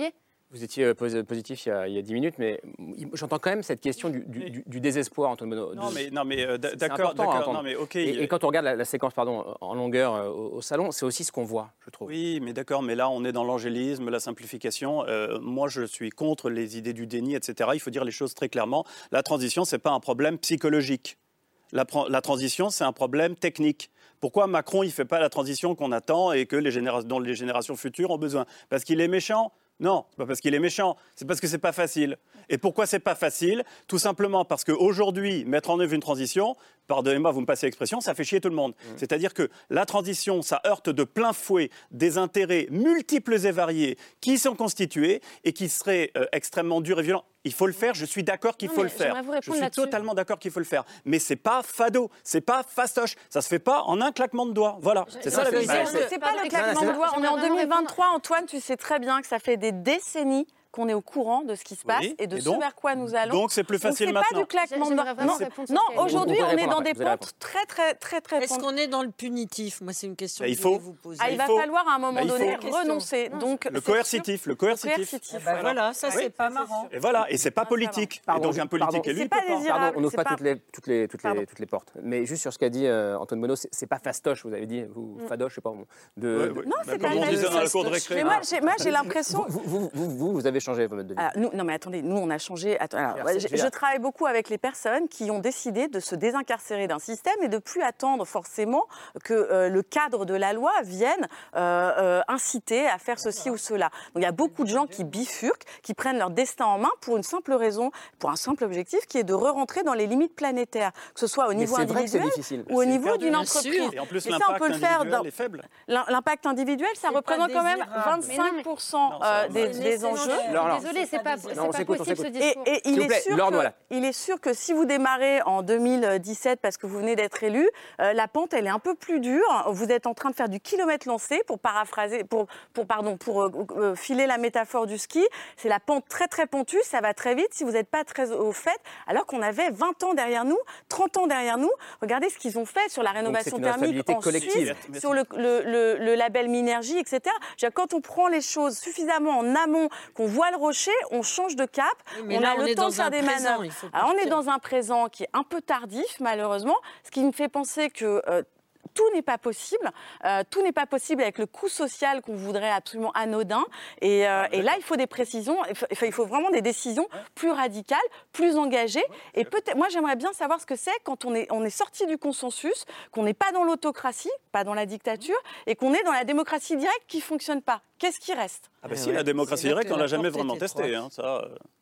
Vous étiez positif il y, a, il y a dix minutes, mais j'entends quand même cette question du, du, du, du désespoir, Antoine Bonneau.
Non, mais, non, mais euh, d'accord, d'accord. Non, mais ok.
Et, et quand on regarde la, la séquence, pardon, en longueur euh, au, au salon, c'est aussi ce qu'on voit, je trouve.
Oui, mais d'accord, mais là, on est dans l'angélisme, la simplification. Euh, moi, je suis contre les idées du déni, et cetera. Il faut dire les choses très clairement. La transition, c'est pas un problème psychologique. La, la transition, c'est un problème technique. Pourquoi Macron, il fait pas la transition qu'on attend et que les généra- dont les générations futures ont besoin? Parce qu'il est méchant? Non, c'est pas parce qu'il est méchant, c'est parce que c'est pas facile. Et pourquoi c'est pas facile? Tout simplement parce qu'aujourd'hui, mettre en œuvre une transition, pardonnez-moi, vous me passez l'expression, ça fait chier tout le monde. Mmh. C'est-à-dire que la transition, ça heurte de plein fouet des intérêts multiples et variés qui sont constitués et qui seraient euh, extrêmement durs et violents. Il faut le faire, je suis d'accord qu'il non, faut le faire. Je suis totalement d'accord qu'il faut le faire. Mais c'est pas fado, c'est pas fastoche. Ça se fait pas en un claquement de doigts. Voilà.
Je, c'est ça la vérité. C'est pas le claquement de doigts. On est en deux mille vingt-trois, Antoine, tu sais très bien que ça fait des décennies qu'on est au courant de ce qui se passe oui, et de et donc, ce vers quoi nous allons.
Donc c'est plus facile
donc,
c'est
maintenant. C'est pas du claquement de doigts. Non, non aujourd'hui on est dans des pentes très très très très.
Est-ce qu'on est dans le punitif? Moi c'est une question
bah,
que
il faut,
je vais vous poser.
Ah, il va falloir à un moment bah, donné renoncer. Donc
le coercitif, le coercitif.
Voilà, ça c'est pas marrant.
Et voilà, et c'est pas politique. Et donc un politique élu.
Pardon, on n'ouvre pas toutes les toutes les toutes les toutes les portes. Mais juste sur ce qu'a dit Antoine Bonneau, c'est pas fastoche, vous avez dit, vous fadoche, je sais pas.
Non, c'est pas fastoche. Moi j'ai l'impression.
Vous vous avez changé votre mode de vie.
Non mais attendez, nous on a changé. Attends, alors, Merci, je, je travaille beaucoup avec les personnes qui ont décidé de se désincarcérer d'un système et de plus attendre forcément que euh, le cadre de la loi vienne euh, euh, inciter à faire ceci ou cela. Donc il y a beaucoup de gens qui bifurquent, qui prennent leur destin en main pour une simple raison, pour un simple objectif qui est de re-rentrer dans les limites planétaires, que ce soit au niveau individuel ou au niveau d'une entreprise.
Et en plus,
et
l'impact
ça, on peut le faire
dans... est faible.
L'impact individuel, ça représente quand même vingt-cinq pour cent non, euh, des, des enjeux.
Désolée, c'est pas
Non,
c'est pas possible ce
discours. Et, et il, est plaît, sûr que, voilà. il est sûr que si vous démarrez en deux mille dix-sept parce que vous venez d'être élu, euh, la pente elle est un peu plus dure. Vous êtes en train de faire du kilomètre lancé pour paraphraser, pour, pour pardon, pour euh, euh, filer la métaphore du ski. C'est la pente très très pentue, ça va très vite si vous n'êtes pas très au fait. Alors qu'on avait vingt ans derrière nous, trente ans derrière nous. Regardez ce qu'ils ont fait sur la rénovation thermique en Suisse, sur le, le, le, le label Minergie, et cetera. Quand on prend les choses suffisamment en amont, qu'on voit le rocher, on change de cap.
Mais
on
là,
a
on
le
est
temps
dans
de faire
un
des
présent,
manœuvres. Alors, on est dans un présent qui est un peu tardif, malheureusement, ce qui me fait penser que euh, tout n'est pas possible. Euh, tout n'est pas possible avec le coût social qu'on voudrait absolument anodin. Et, euh, et là, il faut des précisions. Il faut, il faut vraiment des décisions plus radicales, plus engagées. Et peut-être, moi, j'aimerais bien savoir ce que c'est quand on est, on est sorti du consensus, qu'on n'est pas dans l'autocratie, pas dans la dictature, et qu'on est dans la démocratie directe qui ne fonctionne pas. Qu'est-ce qui reste?
Ah ben si, la démocratie directe, on ne l'a jamais vraiment testée. Hein, ça...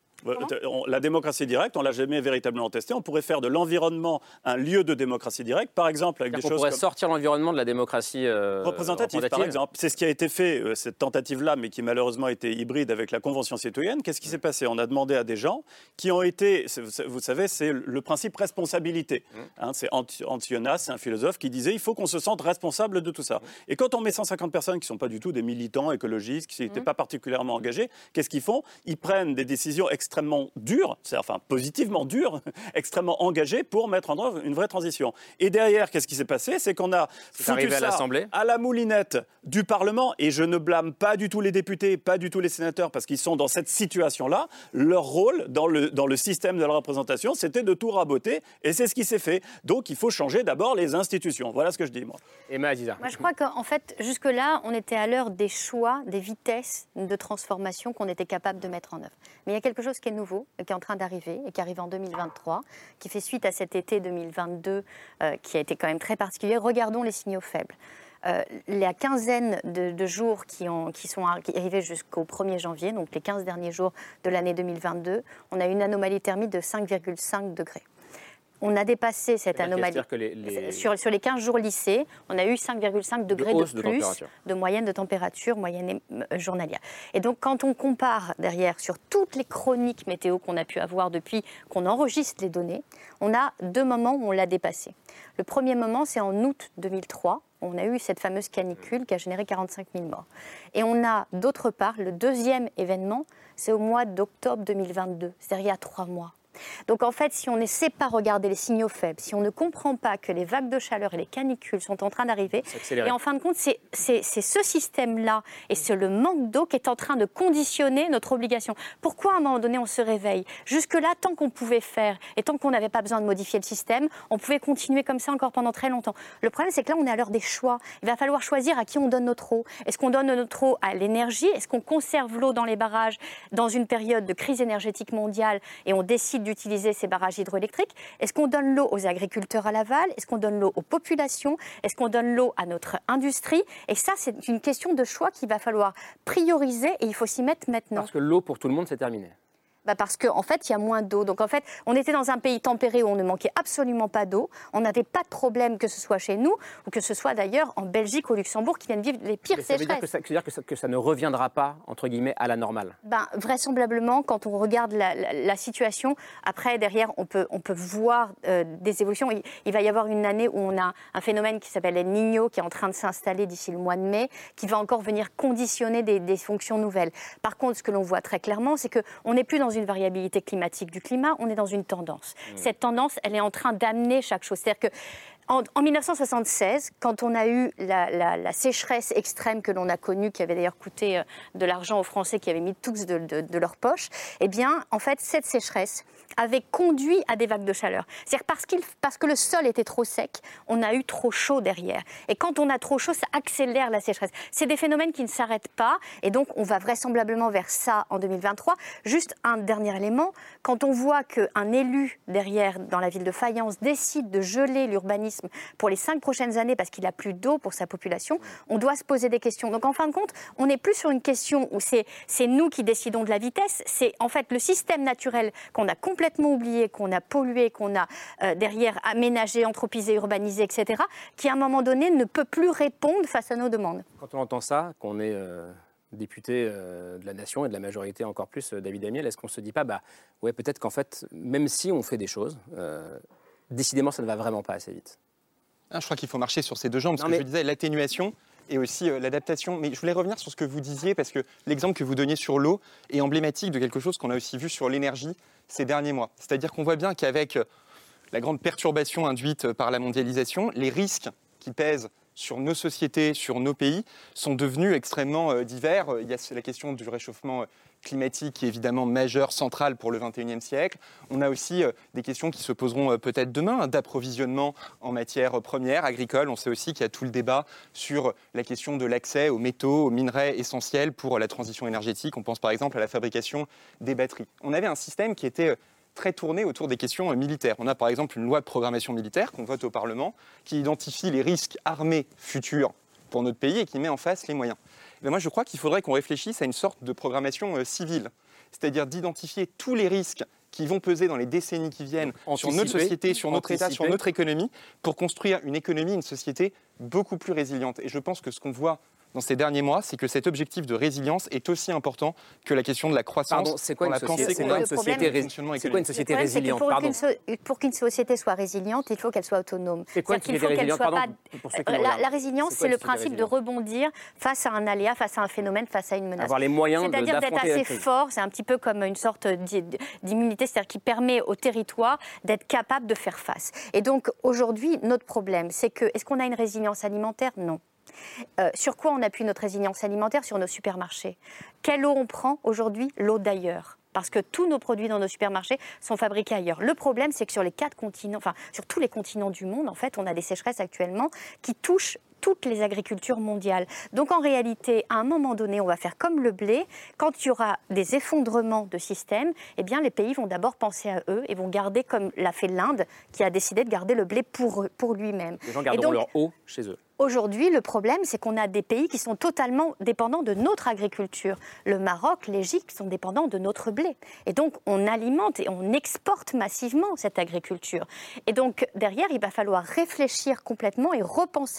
La démocratie directe, on ne l'a jamais véritablement testée. On pourrait faire de l'environnement un lieu de démocratie directe, par exemple avec des choses. On
pourrait
comme...
sortir l'environnement de la démocratie euh,
représentative, représentative, par exemple. C'est ce qui a été fait, euh, cette tentative-là, mais qui malheureusement était hybride avec la Convention citoyenne. Qu'est-ce qui s'est passé? On a demandé à des gens qui ont été, vous savez, c'est le principe responsabilité. Hein, c'est Antionas, c'est un philosophe qui disait il faut qu'on se sente responsable de tout ça. Et quand on met cent cinquante personnes qui ne sont pas du tout des militants écologistes, qui n'étaient pas particulièrement engagés, qu'est-ce qu'ils font? Ils prennent des décisions extrêmement dur, enfin positivement dur, extrêmement engagé pour mettre en œuvre une vraie transition. Et derrière, qu'est-ce qui s'est passé? C'est qu'on a foutu ça à, à la moulinette du Parlement, et je ne blâme pas du tout les députés, pas du tout les sénateurs, parce qu'ils sont dans cette situation-là. Leur rôle dans le, dans le système de la représentation, c'était de tout raboter, et c'est ce qui s'est fait. Donc il faut changer d'abord les institutions. Voilà ce que je dis, moi.
Emma Aziza.
Moi, je crois qu'en fait, jusque-là, on était à l'heure des choix, des vitesses de transformation qu'on était capable de mettre en œuvre. Mais il y a quelque chose qui est nouveau, qui est en train d'arriver et qui arrive en deux mille vingt-trois, qui fait suite à cet été deux mille vingt-deux, euh, qui a été quand même très particulier. Regardons les signaux faibles. Euh, la quinzaine de, de jours qui, ont, qui sont arrivés jusqu'au premier janvier, donc les quinze derniers jours de l'année deux mille vingt-deux, on a une anomalie thermique de cinq virgule cinq degrés. On a dépassé cette anomalie.
Que les, les...
Sur, sur les quinze jours lissés, on a eu cinq virgule cinq degrés de, de plus de, de moyenne de température, moyenne euh, journalière. Et donc, quand on compare derrière sur toutes les chroniques météo qu'on a pu avoir depuis qu'on enregistre les données, on a deux moments où on l'a dépassé. Le premier moment, c'est en août deux mille trois. On a eu cette fameuse canicule qui a généré quarante-cinq mille morts. Et on a, d'autre part, le deuxième événement, c'est au mois d'octobre deux mille vingt-deux, c'est-à-dire il y a trois mois. Donc en fait, si on ne sait pas regarder les signaux faibles, si on ne comprend pas que les vagues de chaleur et les canicules sont en train d'arriver, et en fin de compte, c'est, c'est, c'est ce système-là et c'est le manque d'eau qui est en train de conditionner notre obligation. Pourquoi à un moment donné on se réveille ? Jusque-là, tant qu'on pouvait faire et tant qu'on n'avait pas besoin de modifier le système, on pouvait continuer comme ça encore pendant très longtemps. Le problème, c'est que là, on est à l'heure des choix. Il va falloir choisir à qui on donne notre eau. Est-ce qu'on donne notre eau à l'énergie ? Est-ce qu'on conserve l'eau dans les barrages dans une période de crise énergétique mondiale et on décide d'utiliser ces barrages hydroélectriques? Est-ce qu'on donne l'eau aux agriculteurs à l'aval? Est-ce qu'on donne l'eau aux populations? Est-ce qu'on donne l'eau à notre industrie? Et ça, c'est une question de choix qu'il va falloir prioriser et il faut s'y mettre maintenant.
Parce que l'eau pour tout le monde, c'est terminé.
Bah parce qu'en en fait, il y a moins d'eau. Donc en fait, on était dans un pays tempéré où on ne manquait absolument pas d'eau. On n'avait pas de problème, que ce soit chez nous ou que ce soit d'ailleurs en Belgique ou au Luxembourg, qui viennent vivre les pires sécheresses.
Ça veut dire que ça, ça, veut dire que ça, que ça ne reviendra pas, entre guillemets, à la normale?
Ben, vraisemblablement, quand on regarde la, la, la situation, après, derrière, on peut, on peut voir euh, des évolutions. Il, il va y avoir une année où on a un phénomène qui s'appelle El Niño, qui est en train de s'installer d'ici le mois de mai, qui va encore venir conditionner des, des fonctions nouvelles. Par contre, ce que l'on voit très clairement, c'est qu'on n'est plus dans une variabilité climatique. climatique du climat, on est dans une tendance. Mmh. Cette tendance, elle est en train d'amener chaque chose. C'est-à-dire que en, en mille neuf cent soixante-seize, quand on a eu la, la, la sécheresse extrême que l'on a connue, qui avait d'ailleurs coûté de l'argent aux Français qui avaient mis tous de, de, de leur poche, eh bien, en fait, cette sécheresse avait conduit à des vagues de chaleur. C'est-à-dire parce, qu'il, parce que le sol était trop sec, on a eu trop chaud derrière. Et quand on a trop chaud, ça accélère la sécheresse. C'est des phénomènes qui ne s'arrêtent pas, et donc on va vraisemblablement vers ça en deux mille vingt-trois. Juste un dernier élément, quand on voit qu'un élu derrière, dans la ville de Fayence, décide de geler l'urbanisme pour les cinq prochaines années parce qu'il n'a plus d'eau pour sa population, on doit se poser des questions. Donc en fin de compte, on n'est plus sur une question où c'est, c'est nous qui décidons de la vitesse, c'est en fait le système naturel qu'on a complètement oublié, qu'on a pollué, qu'on a euh, derrière aménagé, anthropisé, urbanisé, et cetera, qui à un moment donné ne peut plus répondre face à nos demandes.
Quand on entend ça, qu'on est euh, député euh, de la nation et de la majorité encore plus, euh, David Amiel, est-ce qu'on ne se dit pas, bah, ouais, peut-être qu'en fait, même si on fait des choses, euh, décidément, ça ne va vraiment pas assez vite?
Ah, je crois qu'il faut marcher sur ces deux jambes, parce non, que mais... je disais, l'atténuation et aussi euh, l'adaptation. Mais je voulais revenir sur ce que vous disiez, parce que l'exemple que vous donniez sur l'eau est emblématique de quelque chose qu'on a aussi vu sur l'énergie ces derniers mois. C'est-à-dire qu'on voit bien qu'avec la grande perturbation induite par la mondialisation, les risques qui pèsent sur nos sociétés, sur nos pays, sont devenus extrêmement euh, divers. Il y a la question du réchauffement climatique qui est évidemment majeure, centrale pour le vingt et unième siècle. On a aussi euh, des questions qui se poseront euh, peut-être demain, hein, d'approvisionnement en matières premières agricoles. On sait aussi qu'il y a tout le débat sur la question de l'accès aux métaux, aux minerais essentiels pour la transition énergétique. On pense par exemple à la fabrication des batteries. On avait un système qui était... Euh, très tourné autour des questions euh, militaires. On a par exemple une loi de programmation militaire qu'on vote au Parlement qui identifie les risques armés futurs pour notre pays et qui met en face les moyens. Et moi, je crois qu'il faudrait qu'on réfléchisse à une sorte de programmation euh, civile, c'est-à-dire d'identifier tous les risques qui vont peser dans les décennies qui viennent anticiper, sur notre société, sur notre anticiper. État, sur notre économie, pour construire une économie, une société beaucoup plus résiliente. Et je pense que ce qu'on voit dans ces derniers mois, c'est que cet objectif de résilience est aussi important que la question de la croissance.
Pardon, c'est quoi, une société, c'est quoi une société, ré... c'est quoi une société résiliente?
Pour qu'une, so... pour qu'une société soit résiliente, il faut qu'elle soit autonome.
C'est quoi une société résiliente? Pardon,
pour ceux qui la, la, la résilience, c'est, c'est le principe résiliente. de rebondir face à un aléa, face à un phénomène, face à une menace.
Avoir les moyens
C'est-à-dire
de,
d'être assez fort, c'est un petit peu comme une sorte d'immunité, c'est-à-dire qui permet au territoire d'être capable de faire face. Et donc aujourd'hui, notre problème, c'est que, est-ce qu'on a une résilience alimentaire? Non. Euh, sur quoi on appuie notre résilience alimentaire? Sur nos supermarchés. Quelle eau on prend aujourd'hui? L'eau d'ailleurs. Parce que tous nos produits dans nos supermarchés sont fabriqués ailleurs. Le problème, c'est que sur les quatre continents, enfin sur tous les continents du monde, en fait, on a des sécheresses actuellement qui touchent toutes les agricultures mondiales. Donc en réalité, à un moment donné, on va faire comme le blé. Quand il y aura des effondrements de systèmes, eh bien les pays vont d'abord penser à eux et vont garder, comme l'a fait l'Inde, qui a décidé de garder le blé pour, pour lui-même.
Les gens garderont donc, leur eau chez eux.
Aujourd'hui, le problème, c'est qu'on a des pays qui sont totalement dépendants de notre agriculture. Le Maroc, l'Égypte sont dépendants de notre blé. Et donc, on alimente et on exporte massivement cette agriculture. Et donc, derrière, il va falloir réfléchir complètement et repenser le modèle.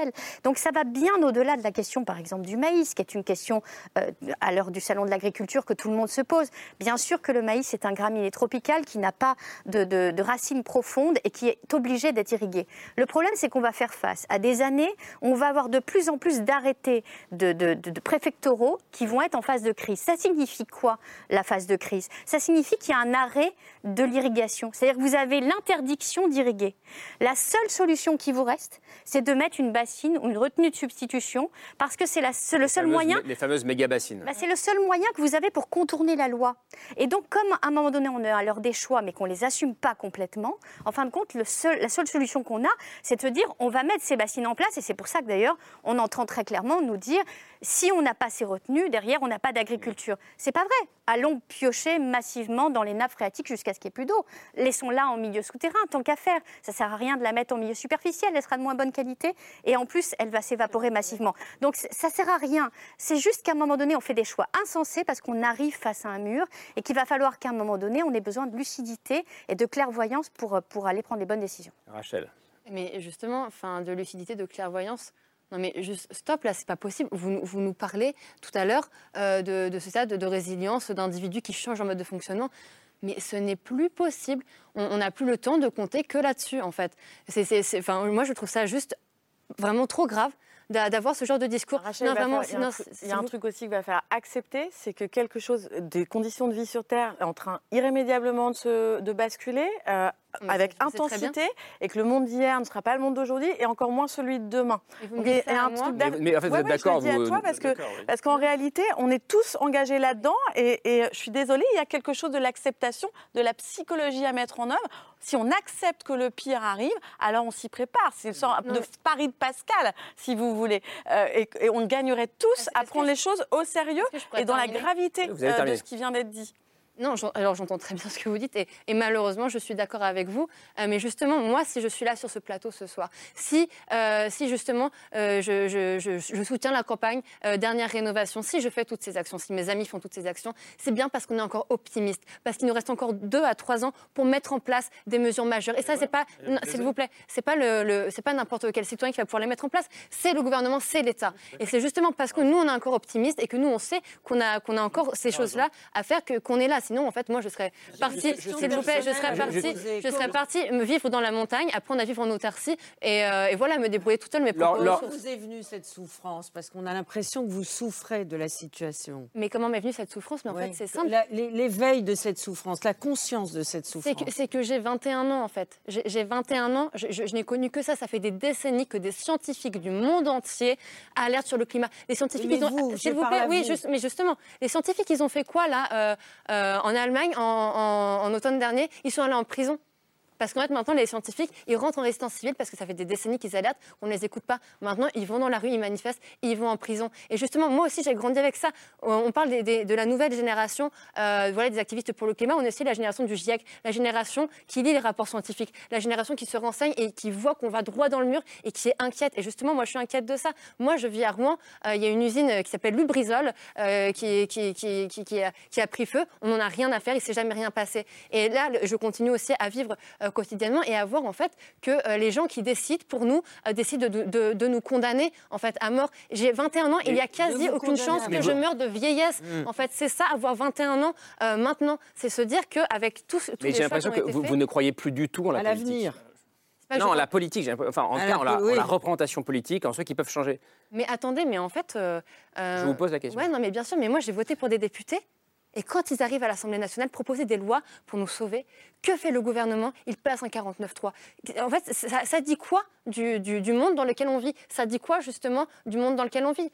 l'échelle. Donc ça va bien au-delà de la question, par exemple, du maïs, qui est une question euh, à l'heure du salon de l'agriculture que tout le monde se pose. Bien sûr que le maïs est un graminé tropical qui n'a pas de, de, de racines profondes et qui est obligé d'être irrigué. Le problème, c'est qu'on va faire face à des années où on va avoir de plus en plus d'arrêtés de, de, de, de préfectoraux qui vont être en phase de crise. Ça signifie quoi, la phase de crise? Ça signifie qu'il y a un arrêt de l'irrigation. C'est-à-dire que vous avez l'interdiction d'irriguer. La seule solution qui vous reste, c'est de mettre une bassine ou une retenue de substitution, parce que c'est la, le
les
seul
fameuses,
moyen...
Les fameuses méga-bassines.
Bah, c'est le seul moyen que vous avez pour contourner la loi. Et donc, comme à un moment donné, on est à l'heure des choix, mais qu'on ne les assume pas complètement, en fin de compte, le seul, la seule solution qu'on a, c'est de se dire, on va mettre ces bassines en place, et c'est pour ça que d'ailleurs, on entend très clairement nous dire, si on n'a pas ces retenues, derrière, on n'a pas d'agriculture. C'est pas vrai. Allons piocher massivement dans les nappes phréatiques jusqu'à ce qu'il n'y ait plus d'eau. Laissons-la en milieu souterrain, tant qu'à faire. Ça ne sert à rien de la mettre en milieu superficiel, elle sera de moins bonne qualité, et en plus, elle va s'évaporer massivement. Donc, ça ne sert à rien. C'est juste qu'à un moment donné, on fait des choix insensés parce qu'on arrive face à un mur, et qu'il va falloir qu'à un moment donné, on ait besoin de lucidité et de clairvoyance pour, pour aller prendre les bonnes décisions.
Rachel.
Mais justement, enfin, de lucidité, de clairvoyance... Non mais juste, stop, là, c'est pas possible. Vous, vous nous parlez tout à l'heure euh, de, de ce stade de, de résilience, d'individus qui changent en mode de fonctionnement. Mais ce n'est plus possible. On n'a plus le temps de compter que là-dessus, en fait. C'est, c'est, c'est, enfin, moi, je trouve ça juste vraiment trop grave d'avoir ce genre de discours.
Rachel, non, vraiment, faire, il y a un, sinon, il y a un truc aussi qu'il va faire accepter, c'est que quelque chose, des conditions de vie sur Terre est en train irrémédiablement de, se, de basculer euh, avec ça, intensité, et que le monde d'hier ne sera pas le monde d'aujourd'hui, et encore moins celui de demain.
Donc, il y a un truc mais, mais en fait, vous ouais, êtes ouais, d'accord,
je le dis
vous...
à toi parce que oui. parce qu'en réalité, on est tous engagés là-dedans, et, et je suis désolée, il y a quelque chose de l'acceptation, de la psychologie à mettre en œuvre. Si on accepte que le pire arrive, alors on s'y prépare. C'est une sorte de pari de Pascal, si vous voulez. Euh, et, et on gagnerait tous à prendre les choses au sérieux et dans la gravité euh, de ce qui vient d'être dit.
Non, alors j'entends très bien ce que vous dites et, et malheureusement je suis d'accord avec vous. Euh, mais justement, moi, si je suis là sur ce plateau ce soir, si, euh, si justement euh, je, je, je, je soutiens la campagne euh, dernière rénovation, si je fais toutes ces actions, si mes amis font toutes ces actions, c'est bien parce qu'on est encore optimiste, parce qu'il nous reste encore deux à trois ans pour mettre en place des mesures majeures. Et ça, c'est pas, non, s'il vous plaît, c'est pas le, le c'est pas n'importe quel citoyen qui va pouvoir les mettre en place. C'est le gouvernement, c'est l'État. Et c'est justement parce que nous on est encore optimiste et que nous on sait qu'on a qu'on a encore ces choses-là à faire que qu'on est là. Sinon, en fait, moi, je serais partie, s'il vous plaît, je serais partie, je serais partie me vivre dans la montagne, apprendre à vivre en autarcie et, euh, et voilà, me débrouiller toute seule. Mais
comment vous est venue cette souffrance? Parce qu'on a l'impression que vous souffrez de la situation.
Mais comment m'est venue cette souffrance? Mais en
ouais.
fait, c'est simple.
La, l'éveil de cette souffrance, la conscience de cette souffrance.
C'est que, c'est que j'ai vingt et un ans, en fait. J'ai, j'ai vingt et un ans, je, je, je n'ai connu que ça. Ça fait des décennies que des scientifiques du monde entier alertent sur le climat. Les scientifiques,
mais
ils ont...
vous,
S'il vous plaît, oui, juste, mais justement, les scientifiques, ils ont fait quoi, là, euh, euh, en Allemagne? En, en, en automne dernier, ils sont allés en prison. Parce qu'en fait, maintenant, les scientifiques, ils rentrent en résistance civile parce que ça fait des décennies qu'ils alertent, on ne les écoute pas. Maintenant, ils vont dans la rue, ils manifestent, ils vont en prison. Et justement, moi aussi, j'ai grandi avec ça. On parle des, des, de la nouvelle génération, euh, voilà, des activistes pour le climat. On est aussi la génération du GIEC, la génération qui lit les rapports scientifiques, la génération qui se renseigne et qui voit qu'on va droit dans le mur et qui est inquiète. Et justement, moi, je suis inquiète de ça. Moi, je vis à Rouen. Euh, il y a une usine qui s'appelle Lubrizol euh, qui, qui, qui, qui, qui, a, qui a pris feu. On n'en a rien à faire. Il ne s'est jamais rien passé. Et là, je continue aussi à vivre euh, quotidiennement et à voir en fait que euh, les gens qui décident pour nous euh, décident de, de, de nous condamner en fait à mort. J'ai vingt et un ans, et il y a quasi aucune chance que je meure de vieillesse. Mmh. En fait, c'est ça, avoir vingt et un ans euh, maintenant, c'est se dire qu'avec tous, tous
mais
les
j'ai l'impression que vous, vous ne croyez plus du tout en la
à
politique.
L'avenir.
Non, la politique, enfin en tout cas, en la, oui. en la représentation politique, en ceux qui peuvent changer.
Mais attendez, mais en fait, euh,
euh, je vous pose la question.
Ouais, non, mais bien sûr, mais moi j'ai voté pour des députés. Et quand ils arrivent à l'Assemblée nationale, proposer des lois pour nous sauver, que fait le gouvernement? Il place un quarante-neuf trois. En fait, ça, ça dit quoi du, du, du monde dans lequel on vit? Ça dit quoi, justement, du monde dans lequel on vit,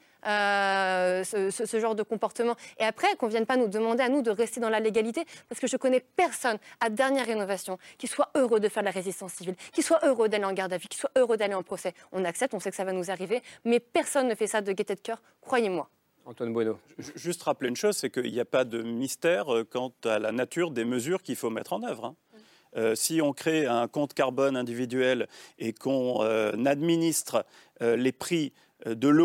euh, ce, ce, ce genre de comportement? Et après, qu'on ne vienne pas nous demander à nous de rester dans la légalité, parce que je connais personne, à dernière rénovation, qui soit heureux de faire de la résistance civile, qui soit heureux d'aller en garde à vue, qui soit heureux d'aller en procès. On accepte, on sait que ça va nous arriver, mais personne ne fait ça de gaieté de cœur, croyez-moi.
Antoine Bueno.
Juste rappeler une chose, c'est qu'il n'y a pas de mystère quant à la nature des mesures qu'il faut mettre en œuvre. Hein. Euh, si on crée un compte carbone individuel et qu'on euh, administre euh, les prix de l'eau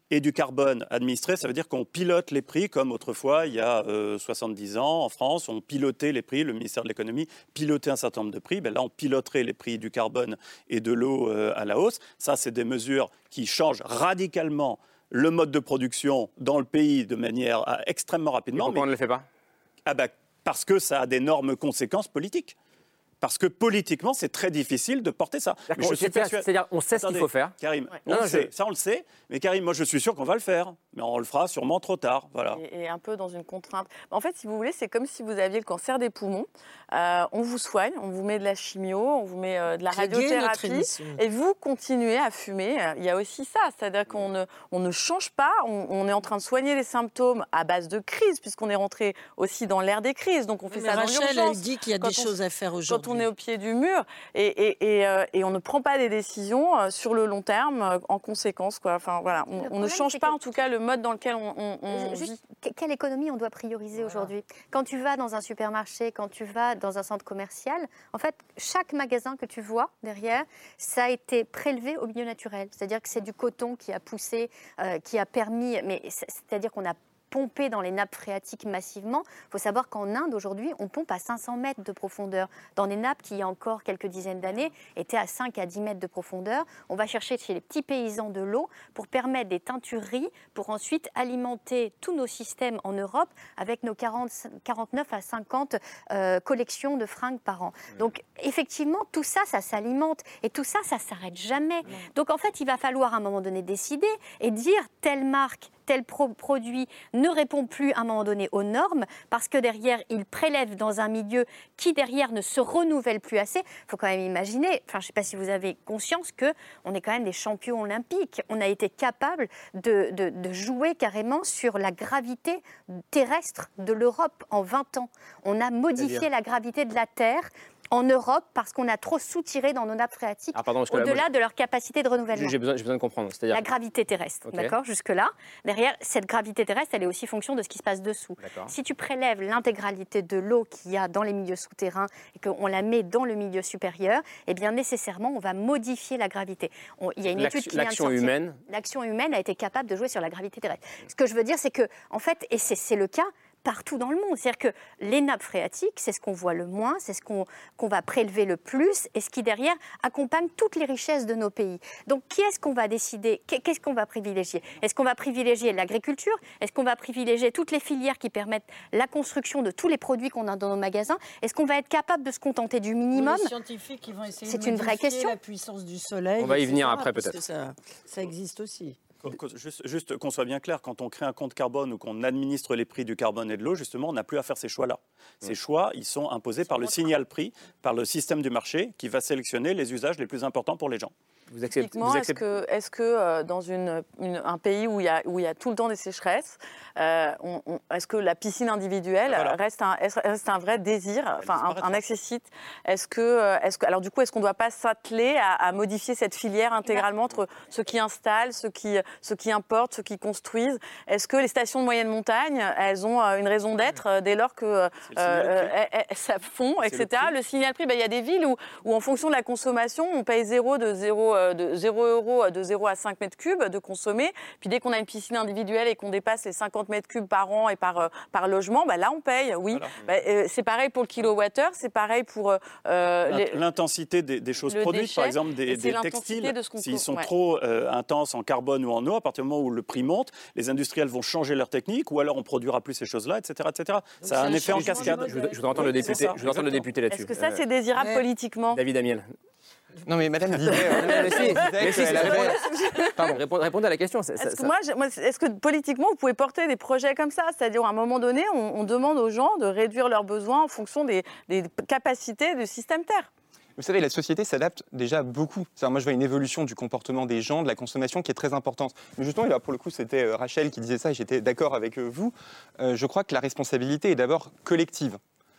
et du carbone administré, ça veut dire qu'on pilote les prix comme autrefois, il y a euh, soixante-dix ans, en France, on pilotait les prix, le ministère de l'économie pilotait un certain nombre de prix. Ben là, on piloterait les prix du carbone et de l'eau euh, à la hausse. Ça, c'est des mesures qui changent radicalement le mode de production dans le pays de manière euh, extrêmement rapidement.
Et pourquoi
mais...
on ne le fait pas?
ah ben, Parce que ça a d'énormes conséquences politiques. Parce que politiquement, c'est très difficile de porter ça.
Mais je suis persuadé... C'est-à-dire, on sait Attendez, ce qu'il faut faire.
Karim,
ouais.
on
non,
le
non,
sait,
je...
ça on le sait. Mais Karim, moi je suis sûr qu'on va le faire. Mais on le fera sûrement trop tard. Voilà.
Et, et un peu dans une contrainte. En fait, si vous voulez, c'est comme si vous aviez le cancer des poumons. Euh, on vous soigne, on vous met de la chimio, on vous met euh, de la radiothérapie. Et vous continuez à fumer. Il y a aussi ça. C'est-à-dire qu'on ne, on ne change pas. On, on est en train de soigner les symptômes à base de crise, puisqu'on est rentré aussi dans l'ère des crises. Donc on fait
mais
ça
Rachel,
dans l'urgence.
Elle dit qu'il y a
quand
des
on,
choses à faire aujourd'hui.
Quand on est au pied du mur. Et, et, et, euh, et on ne prend pas des décisions euh, sur le long terme euh, en conséquence. Quoi. Enfin, voilà. On, on ne change pas, que... en tout cas, le mode dans lequel on, on, on
Juste,
vit.
Quelle économie on doit prioriser voilà. aujourd'hui? Quand tu vas dans un supermarché, quand tu vas dans un centre commercial, en fait, chaque magasin que tu vois derrière, ça a été prélevé au milieu naturel. C'est-à-dire que c'est du coton qui a poussé, euh, qui a permis... Mais c'est-à-dire qu'on a pomper dans les nappes phréatiques massivement. Il faut savoir qu'en Inde, aujourd'hui, on pompe à cinq cents mètres de profondeur. Dans des nappes qui, il y a encore quelques dizaines d'années, étaient à cinq à dix mètres de profondeur. On va chercher chez les petits paysans de l'eau pour permettre des teintureries, pour ensuite alimenter tous nos systèmes en Europe avec nos quarante, quarante-neuf à cinquante euh, collections de fringues par an. Donc, effectivement, tout ça, ça s'alimente. Et tout ça, ça ne s'arrête jamais. Donc, en fait, il va falloir à un moment donné décider et dire telle marque, tel pro- produit ne répond plus à un moment donné aux normes parce que derrière, il prélève dans un milieu qui derrière ne se renouvelle plus assez. Il faut quand même imaginer, enfin je ne sais pas si vous avez conscience qu'on est quand même des champions olympiques. On a été capable de, de, de jouer carrément sur la gravité terrestre de l'Europe en vingt ans. On a modifié la gravité de la Terre en Europe parce qu'on a trop soutiré dans nos nappes phréatiques ah, pardon, au-delà là, de leur capacité de renouvellement.
J'ai besoin, j'ai besoin de comprendre. C'est-à-dire...
La gravité terrestre, okay. D'accord, jusque-là. Derrière, cette gravité terrestre, elle est aussi fonction de ce qui se passe dessous. D'accord. Si tu prélèves l'intégralité de l'eau qu'il y a dans les milieux souterrains et qu'on la met dans le milieu supérieur, eh bien nécessairement, on va modifier la gravité. On, il y a une
L'action,
étude qui vient de
l'action
sortir.
Humaine.
L'action humaine a été capable de jouer sur la gravité terrestre. Ce que je veux dire, c'est que, en fait, et c'est, c'est le cas partout dans le monde. C'est-à-dire que les nappes phréatiques, c'est ce qu'on voit le moins, c'est ce qu'on, qu'on va prélever le plus et ce qui, derrière, accompagne toutes les richesses de nos pays. Donc, qui est-ce qu'on va décider? Qu'est-ce qu'on va privilégier? Est-ce qu'on va privilégier l'agriculture? Est-ce qu'on va privilégier toutes les filières qui permettent la construction de tous les produits qu'on a dans nos magasins? Est-ce qu'on va être capable de se contenter du minimum?
Les scientifiques qui vont essayer
c'est
de
une vraie question.
La puissance du soleil.
On va y
et cetera,
venir après, peut-être.
Parce que ça, ça existe aussi.
Juste, juste qu'on soit bien clair, quand on crée un compte carbone ou qu'on administre les prix du carbone et de l'eau, justement, on n'a plus à faire ces choix-là. Ces choix, ils sont imposés par le signal prix, par le système du marché qui va sélectionner les usages les plus importants pour les gens.
Vous acceptez,
vous acceptez... Est-ce que, est-ce que euh, dans une, une, un pays où il y a, où il y a tout le temps des sécheresses, euh, on, on, est-ce que la piscine individuelle voilà. reste, un, reste un vrai désir, enfin un, un accessite? Est-ce que, est-ce que, alors du coup, est-ce qu'on ne doit pas s'atteler à, à modifier cette filière intégralement entre ceux qui installent, ceux qui, ceux qui importent, ceux qui construisent? Est-ce que les stations de moyenne montagne, elles ont une raison d'être dès lors que euh, euh, ça fond, et cetera. Le, le signal prix, ben, il y a des villes où, où en fonction de la consommation, on paye zéro de zéro de zéro euros de zéro à cinq mètres cubes de consommer. Puis dès qu'on a une piscine individuelle et qu'on dépasse les cinquante mètres cubes par an et par, euh, par logement, bah là on paye, oui. Voilà. Bah, euh, c'est pareil pour le kilowattheure, c'est pareil pour... Euh, les...
L'intensité des, des choses produites, déchet, par exemple des, des textiles, de s'ils sont ouais. trop euh, intenses en carbone ou en eau, à partir du moment où le prix monte, les industriels vont changer leur technique ou alors on ne produira plus ces choses-là, et cetera et cetera. Donc ça a un effet en cascade.
Je voudrais entendre le député, je voudrais entendre le député là-dessus.
Est-ce que ça c'est désirable euh, politiquement?
David Amiel.
Non mais Madame disait, euh,
mais si, mais si, avait... Pardon, répondez, répondez à la question.
Est-ce
ça,
que,
ça...
Moi, je, moi, est-ce que politiquement vous pouvez porter des projets comme ça? C'est-à-dire à un moment donné, on, on demande aux gens de réduire leurs besoins en fonction des, des capacités du système Terre.
Vous savez, la société s'adapte déjà beaucoup. C'est-à-dire, moi, je vois une évolution du comportement des gens, de la consommation qui est très importante. Mais justement, et là, pour le coup, c'était euh, Rachel qui disait ça et j'étais d'accord avec euh, vous. Euh, je crois que la responsabilité est d'abord collective.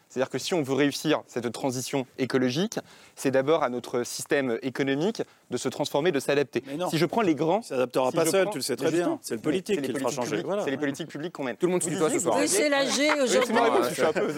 C'est-à-dire que si on veut réussir cette transition écologique, c'est d'abord à notre système économique de se transformer, de s'adapter.
Non,
si je prends les grands...
Il ne s'adaptera
si
pas seul,
prends,
tu le sais très bien. C'est le politique
c'est
qui le fera changer.
Publiques,
voilà.
C'est les politiques publiques qu'on mène.
Tout le monde se tutoie ce soir.
Oui, c'est l'âgé aujourd'hui.
Je suis un peu...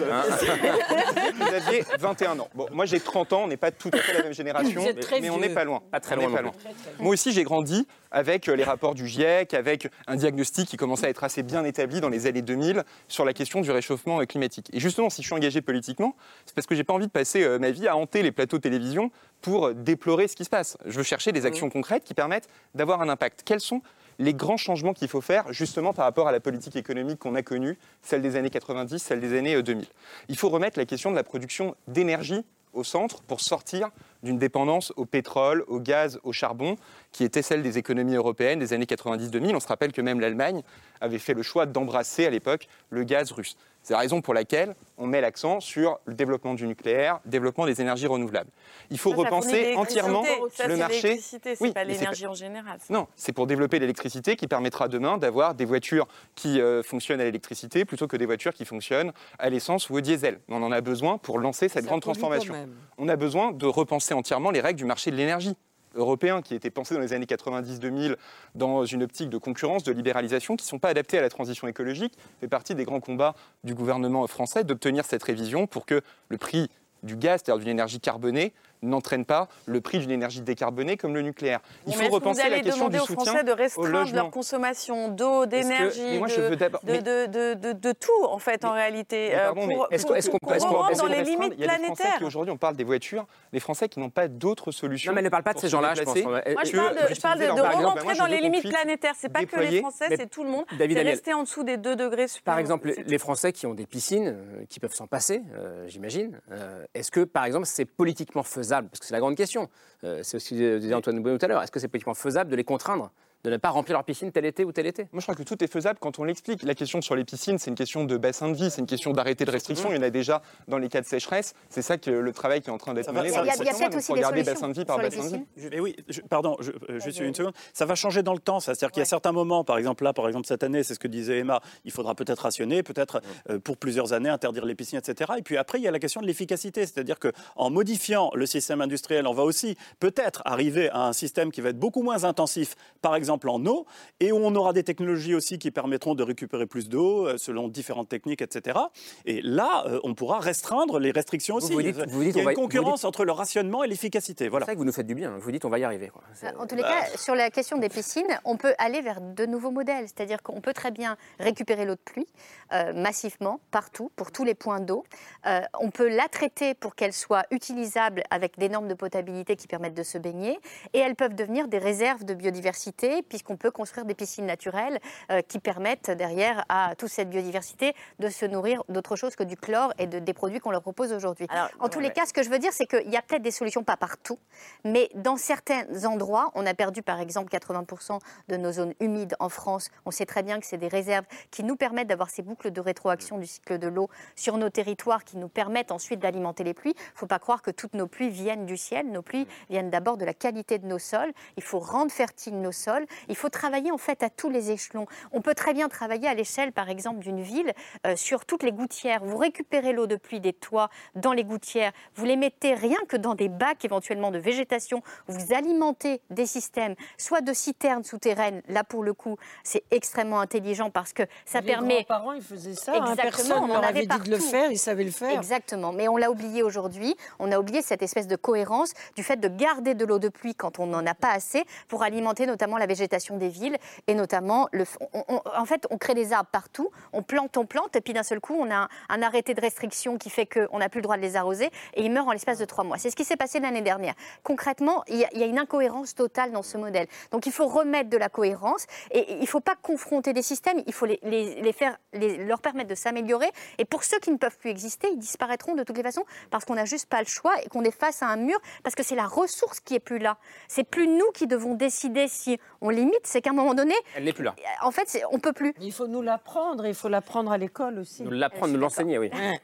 Vous aviez vingt et un ans. Bon, moi j'ai trente ans, on n'est pas tout à fait la même génération, mais, mais on n'est pas loin.
Pas très loin.
Pas loin. Moi aussi j'ai grandi avec les rapports du GIEC, avec un diagnostic qui commençait à être assez bien établi dans les années deux mille sur la question du réchauffement climatique. Et justement, si je suis engagé politiquement, c'est parce que j'ai pas envie de passer ma vie à hanter les plateaux de télévision pour déplorer ce qui se passe. Je veux chercher des actions concrètes qui permettent d'avoir un impact. Quels sont les grands changements qu'il faut faire justement par rapport à la politique économique qu'on a connue, celle des années quatre-vingt-dix, celle des années deux mille. Il faut remettre la question de la production d'énergie au centre pour sortir d'une dépendance au pétrole, au gaz, au charbon, qui était celle des économies européennes des années quatre-vingt-dix deux mille. On se rappelle que même l'Allemagne avait fait le choix d'embrasser à l'époque le gaz russe. C'est la raison pour laquelle on met l'accent sur le développement du nucléaire, le développement des énergies renouvelables. Il faut
ça,
repenser
ça
entièrement
ça,
le marché.
L'électricité, c'est
oui,
pas
mais
l'énergie
c'est pas...
en général.
Non, c'est pour développer l'électricité qui permettra demain d'avoir des voitures qui euh, fonctionnent à l'électricité plutôt que des voitures qui fonctionnent à l'essence ou au diesel. On en a besoin pour lancer cette
ça
grande transformation. On a besoin de repenser entièrement les règles du marché de l'énergie européen qui était pensé dans les années quatre-vingt-dix deux mille dans une optique de concurrence, de libéralisation, qui ne sont pas adaptés à la transition écologique. Ça fait partie des grands combats du gouvernement français d'obtenir cette révision pour que le prix du gaz, c'est-à-dire d'une énergie carbonée, n'entraîne pas le prix d'une énergie décarbonée comme le nucléaire. Il
bon,
faut repenser la question du soutien aux logements.
Vous allez demander aux Français de restreindre leur consommation d'eau, d'énergie, de, de, de, de, de, de tout, en fait, en réalité,
pardon,
pour,
est-ce
pour,
est-ce qu'on
pour, pour rentrer dans les limites
planétaires. Il y a des Français qui, aujourd'hui, on parle des voitures, les Français qui n'ont pas d'autres solutions.
Non, mais elle ne parle pas de ces gens-là, je pense.
Moi, je parle de, je parle de, de re-rentrer dans les limites planétaires. Ce n'est pas que les Français, c'est tout le monde. C'est rester en dessous des deux degrés supplémentaires.
Par exemple, les Français qui ont des piscines, qui peuvent s'en passer, j'imagine, est-ce que, par exemple, c'est politiquement faisable, parce que c'est la grande question. Euh, c'est ce que disait Antoine Bonneau tout à l'heure. Est-ce que c'est politiquement faisable de les contraindre de ne pas remplir leur piscine tel été ou tel été?
Moi, je crois que tout est faisable quand on l'explique. La question sur les piscines, c'est une question de bassin de vie, c'est une question d'arrêté de restriction. Il y en a déjà dans les cas de sécheresse. C'est ça que le travail qui est en train d'être mené.
Il y a, y a peut-être aussi des solutions
bassin de vie par bassin de vie.
Mais oui, je, pardon, je, euh, juste une seconde. Ça va changer dans le temps. C'est-à-dire qu'il y a certains moments, par exemple là, par exemple cette année, c'est ce que disait Emma, il faudra peut-être rationner, peut-être euh, pour plusieurs années interdire les piscines, et cetera. Et puis après, il y a la question de l'efficacité. C'est-à-dire qu'en modifiant le système industriel, on va aussi peut-être arriver à un système qui va être beaucoup moins intensif, par exemple en eau, et où on aura des technologies aussi qui permettront de récupérer plus d'eau euh, selon différentes techniques, et cetera. Et là, euh, on pourra restreindre les restrictions aussi.
Vous vous dites, vous dites,
il y a une
va,
concurrence
dites...
entre le rationnement et l'efficacité. Voilà.
C'est ça que vous nous faites du bien. Vous dites on va y arriver. Quoi.
En tous les cas, sur la question des piscines, on peut aller vers de nouveaux modèles. C'est-à-dire qu'on peut très bien récupérer l'eau de pluie euh, massivement, partout, pour tous les points d'eau. Euh, on peut la traiter pour qu'elle soit utilisable avec des normes de potabilité qui permettent de se baigner. Et elles peuvent devenir des réserves de biodiversité, puisqu'on peut construire des piscines naturelles euh, qui permettent derrière à toute cette biodiversité de se nourrir d'autre chose que du chlore et de, des produits qu'on leur propose aujourd'hui. En tous ouais, les ouais. cas, ce que je veux dire, c'est qu'il y a peut-être des solutions, pas partout, mais dans certains endroits, on a perdu par exemple quatre-vingts pour cent de nos zones humides en France. On sait très bien que c'est des réserves qui nous permettent d'avoir ces boucles de rétroaction du cycle de l'eau sur nos territoires qui nous permettent ensuite d'alimenter les pluies. Il ne faut pas croire que toutes nos pluies viennent du ciel. Nos pluies viennent d'abord de la qualité de nos sols. Il faut rendre fertiles nos sols. Il faut travailler en fait à tous les échelons. On peut très bien travailler à l'échelle par exemple d'une ville euh, sur toutes les gouttières. Vous récupérez l'eau de pluie des toits dans les gouttières. Vous les mettez rien que dans des bacs éventuellement de végétation. Vous alimentez des systèmes, soit de citernes souterraines. Là pour le coup, c'est extrêmement intelligent parce que ça
les
permet...
Les grands-parents, ils faisaient ça.
Exactement,
hein, personne
on en
leur
avait
avait
partout.
dit de le faire, ils savaient le faire.
Exactement, mais on l'a oublié aujourd'hui. On a oublié cette espèce de cohérence du fait de garder de l'eau de pluie quand on n'en a pas assez pour alimenter notamment la végétation des villes et notamment le. On, on, en fait, on crée des arbres partout, on plante, on plante, et puis d'un seul coup, on a un, un arrêté de restriction qui fait qu'on n'a plus le droit de les arroser et ils meurent en l'espace de trois mois. C'est ce qui s'est passé l'année dernière. Concrètement, il y, il y a une incohérence totale dans ce modèle. Donc, il faut remettre de la cohérence et il ne faut pas confronter des systèmes, il faut les, les, les faire, les, leur permettre de s'améliorer. Et pour ceux qui ne peuvent plus exister, ils disparaîtront de toutes les façons parce qu'on n'a juste pas le choix et qu'on est face à un mur parce que c'est la ressource qui est plus là. C'est plus nous qui devons décider si on limite, c'est qu'à un moment donné,
elle n'est plus là.
En fait, c'est, on peut plus.
Il faut nous l'apprendre, il faut l'apprendre à l'école aussi.
Nous l'apprendre, nous l'enseigner, oui. Ouais.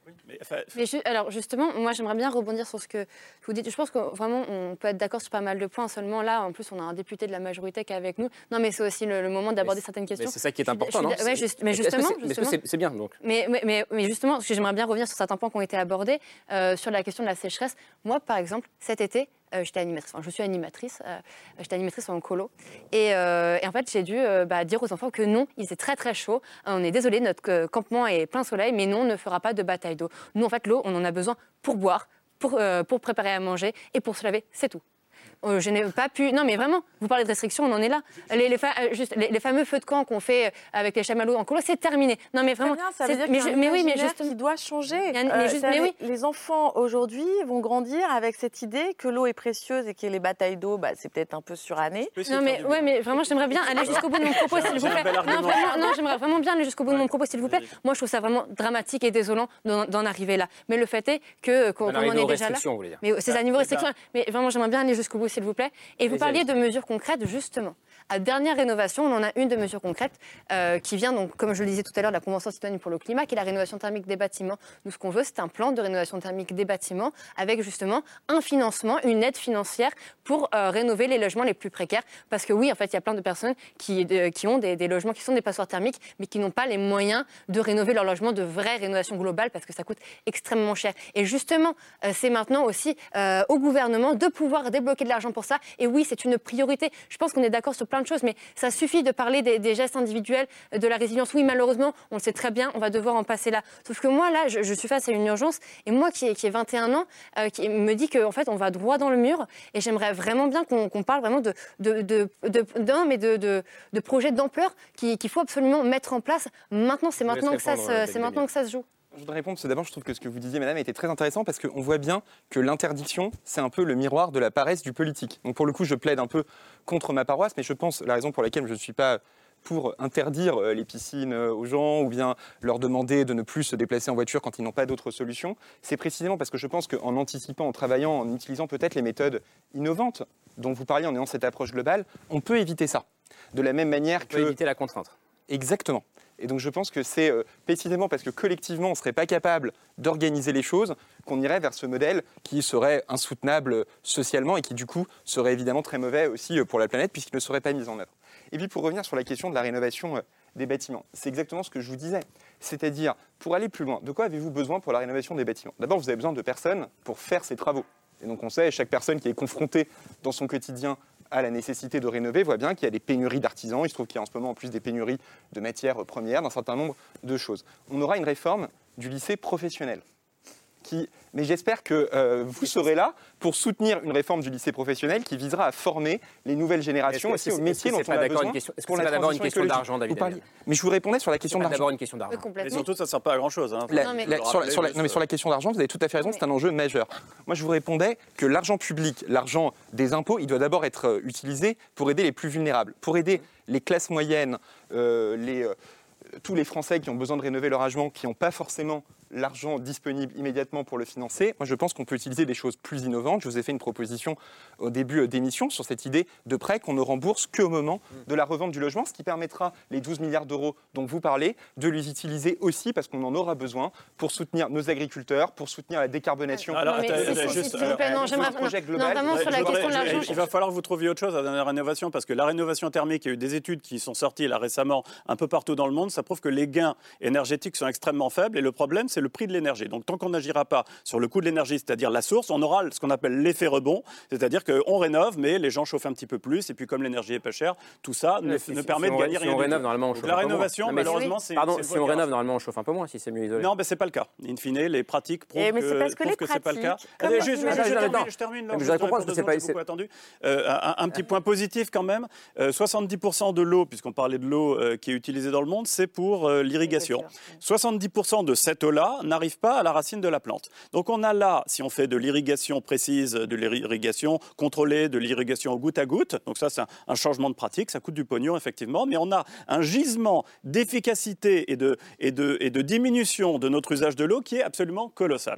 Mais, enfin... mais ju- alors justement, moi j'aimerais bien rebondir sur ce que vous dites. Je pense que vraiment on peut être d'accord sur pas mal de points. Seulement là, en plus, on a un député de la majorité qui est avec nous. Non, mais c'est aussi le, le moment d'aborder
mais
certaines questions.
Mais c'est ça qui est important,
je, je,
non
ouais, juste, Mais justement,
est-ce que c'est, justement, c'est bien donc.
Mais, mais, mais, mais justement, parce que j'aimerais bien revenir sur certains points qui ont été abordés euh, sur la question de la sécheresse. Moi, par exemple, cet été. Euh, j'étais animatrice, enfin, je suis animatrice, euh, j'étais animatrice en colo. Et, euh, et en fait, j'ai dû euh, bah, dire aux enfants que non, il faisait très très chaud. On est désolé, notre euh, campement est plein soleil, mais non, on ne fera pas de bataille d'eau. Nous, en fait, l'eau, on en a besoin pour boire, pour, euh, pour préparer à manger et pour se laver, c'est tout. Euh, je n'ai pas pu. Non, mais vraiment, vous parlez de restrictions, on en est là. Les, les, fa... juste, les, les fameux feux de camp qu'on fait avec les chamallows en colo, c'est terminé. Non, mais vraiment.
Bien, ça veut dire
mais,
qu'il y a un
mais oui, mais juste
qui doit changer.
A, mais
euh,
juste, mais oui.
Les enfants aujourd'hui vont grandir avec cette idée que l'eau est précieuse et que les batailles d'eau, bah, c'est peut-être un peu suranné.
Non, mais ouais, mais vraiment, j'aimerais bien aller jusqu'au bout de mon propos, s'il vous plaît. Non, vraiment, non, j'aimerais vraiment bien aller jusqu'au bout de mon propos, s'il vous plaît. Moi, je trouve ça vraiment dramatique et désolant d'en, d'en arriver là. Mais le fait est que qu'on, qu'on en est déjà là. Mais c'est à niveau restriction. Mais vraiment, j'aimerais bien aller jusqu'au bout, s'il vous plaît. Et vous parliez de mesures concrètes, justement. À dernière rénovation, on en a une de mesures concrètes euh, qui vient, donc, comme je le disais tout à l'heure, de la Convention citoyenne pour le climat, qui est la rénovation thermique des bâtiments. Nous, ce qu'on veut, c'est un plan de rénovation thermique des bâtiments avec justement un financement, une aide financière pour euh, rénover les logements les plus précaires. Parce que oui, en fait, il y a plein de personnes qui, de, qui ont des, des logements qui sont des passoires thermiques, mais qui n'ont pas les moyens de rénover leur logement de vraie rénovation globale parce que ça coûte extrêmement cher. Et justement, euh, c'est maintenant aussi euh, au gouvernement de pouvoir débloquer de l'argent pour ça. Et oui, c'est une priorité. Je pense qu'on est d'accord sur plein de choses, mais ça suffit de parler des, des gestes individuels, de la résilience. Oui, malheureusement, on le sait très bien, on va devoir en passer là. Sauf que moi, là, je, je suis face à une urgence, et moi, qui ai, qui ai vingt et un ans, euh, qui me dit qu'en fait, on va droit dans le mur, et j'aimerais vraiment bien qu'on, qu'on parle vraiment de, de, de, de, d'un, mais de, de, de projets d'ampleur qu'il, qu'il faut absolument mettre en place. Maintenant, c'est maintenant, que ça, se, c'est maintenant que ça se joue.
Je voudrais répondre, parce que d'abord, je trouve que ce que vous disiez, madame, était très intéressant, parce qu'on voit bien que l'interdiction, c'est un peu le miroir de la paresse du politique. Donc pour le coup, je plaide un peu contre ma paroisse, mais je pense, la raison pour laquelle je ne suis pas pour interdire les piscines aux gens, ou bien leur demander de ne plus se déplacer en voiture quand ils n'ont pas d'autre solution, c'est précisément parce que je pense qu'en anticipant, en travaillant, en utilisant peut-être les méthodes innovantes dont vous parliez, en ayant cette approche globale, on peut éviter ça. De la même manière
on
que...
peut éviter la contrainte.
Exactement. Et donc je pense que c'est euh, précisément parce que collectivement on ne serait pas capable d'organiser les choses qu'on irait vers ce modèle qui serait insoutenable socialement et qui du coup serait évidemment très mauvais aussi pour la planète puisqu'il ne serait pas mis en œuvre. Et puis pour revenir sur la question de la rénovation euh, des bâtiments, c'est exactement ce que je vous disais. C'est-à-dire, pour aller plus loin, de quoi avez-vous besoin pour la rénovation des bâtiments ? D'abord, vous avez besoin de personnes pour faire ces travaux. Et donc on sait, chaque personne qui est confrontée dans son quotidien à la nécessité de rénover, voit bien qu'il y a des pénuries d'artisans. Il se trouve qu'il y a en ce moment en plus des pénuries de matières premières, d'un certain nombre de choses. On aura une réforme du lycée professionnel. Qui... Mais j'espère que euh, vous serez là pour soutenir une réforme du lycée professionnel qui visera à former les nouvelles générations aussi au métier dont on a besoin.
Est-ce que c'est pas d'abord une question d'argent, David ?
Mais je vous répondais sur la question de l'argent.
D'abord une question d'argent.
Et surtout, ça ne sert pas à grand-chose. Hein.
La, non, mais... La, sur, la, sur, la, non, mais sur la question d'argent, vous avez tout à fait raison, c'est un enjeu majeur. Moi, je vous répondais que l'argent public, l'argent des impôts, il doit d'abord être utilisé pour aider les plus vulnérables, pour aider les classes moyennes, euh, les, euh, tous les Français qui ont besoin de rénover leur logement, qui n'ont pas forcément l'argent disponible immédiatement pour le financer. Moi, je pense qu'on peut utiliser des choses plus innovantes. Je vous ai fait une proposition au début d'émission sur cette idée de prêt qu'on ne rembourse qu'au moment de la revente du logement, ce qui permettra les douze milliards d'euros dont vous parlez, de les utiliser aussi, parce qu'on en aura besoin, pour soutenir nos agriculteurs, pour soutenir la décarbonation.
Alors, attends, attends, juste, alors,
non, j'aimerais projet global. Non, vraiment sur la question de l'argent.
Il va falloir que vous trouviez autre chose à la rénovation, parce que la rénovation thermique, il y a eu des études qui sont sorties là récemment un peu partout dans le monde, ça prouve que les gains énergétiques sont extrêmement faibles, et le problème, c'est le prix de l'énergie. Donc tant qu'on n'agira pas sur le coût de l'énergie, c'est-à-dire la source, on aura ce qu'on appelle l'effet rebond, c'est-à-dire qu'on rénove, mais les gens chauffent un petit peu plus, et puis comme l'énergie est pas chère, tout ça ne,
si,
ne
si,
permet
si
de gagner
on,
rien.
Si on rénove, normalement, on chauffe
la
un peu
rénovation,
moins.
malheureusement, c'est...
Pardon,
c'est
si on rénove, normalement, on chauffe un peu moins, si c'est mieux isolé.
Non, mais c'est pas le cas. In fine, les pratiques prouvent
et mais
que,
c'est parce que, les
que c'est pas le cas.
Allez,
juste, je, je, je, termine, je termine.
Je voudrais comprendre, parce que c'est pas...
beaucoup attendu. Euh, un, un petit point positif quand même, euh, soixante-dix pour cent de l'eau, puisqu'on parlait de l'eau euh, qui est utilisée dans le monde, c'est pour euh, l'irrigation. soixante-dix pour cent de cette eau-là n'arrive pas à la racine de la plante. Donc on a là, si on fait de l'irrigation précise, de l'irrigation contrôlée, de l'irrigation au goutte à goutte, donc ça c'est un, un changement de pratique, ça coûte du pognon effectivement, mais on a un gisement d'efficacité et de, et, de, et de diminution de notre usage de l'eau qui est absolument colossal.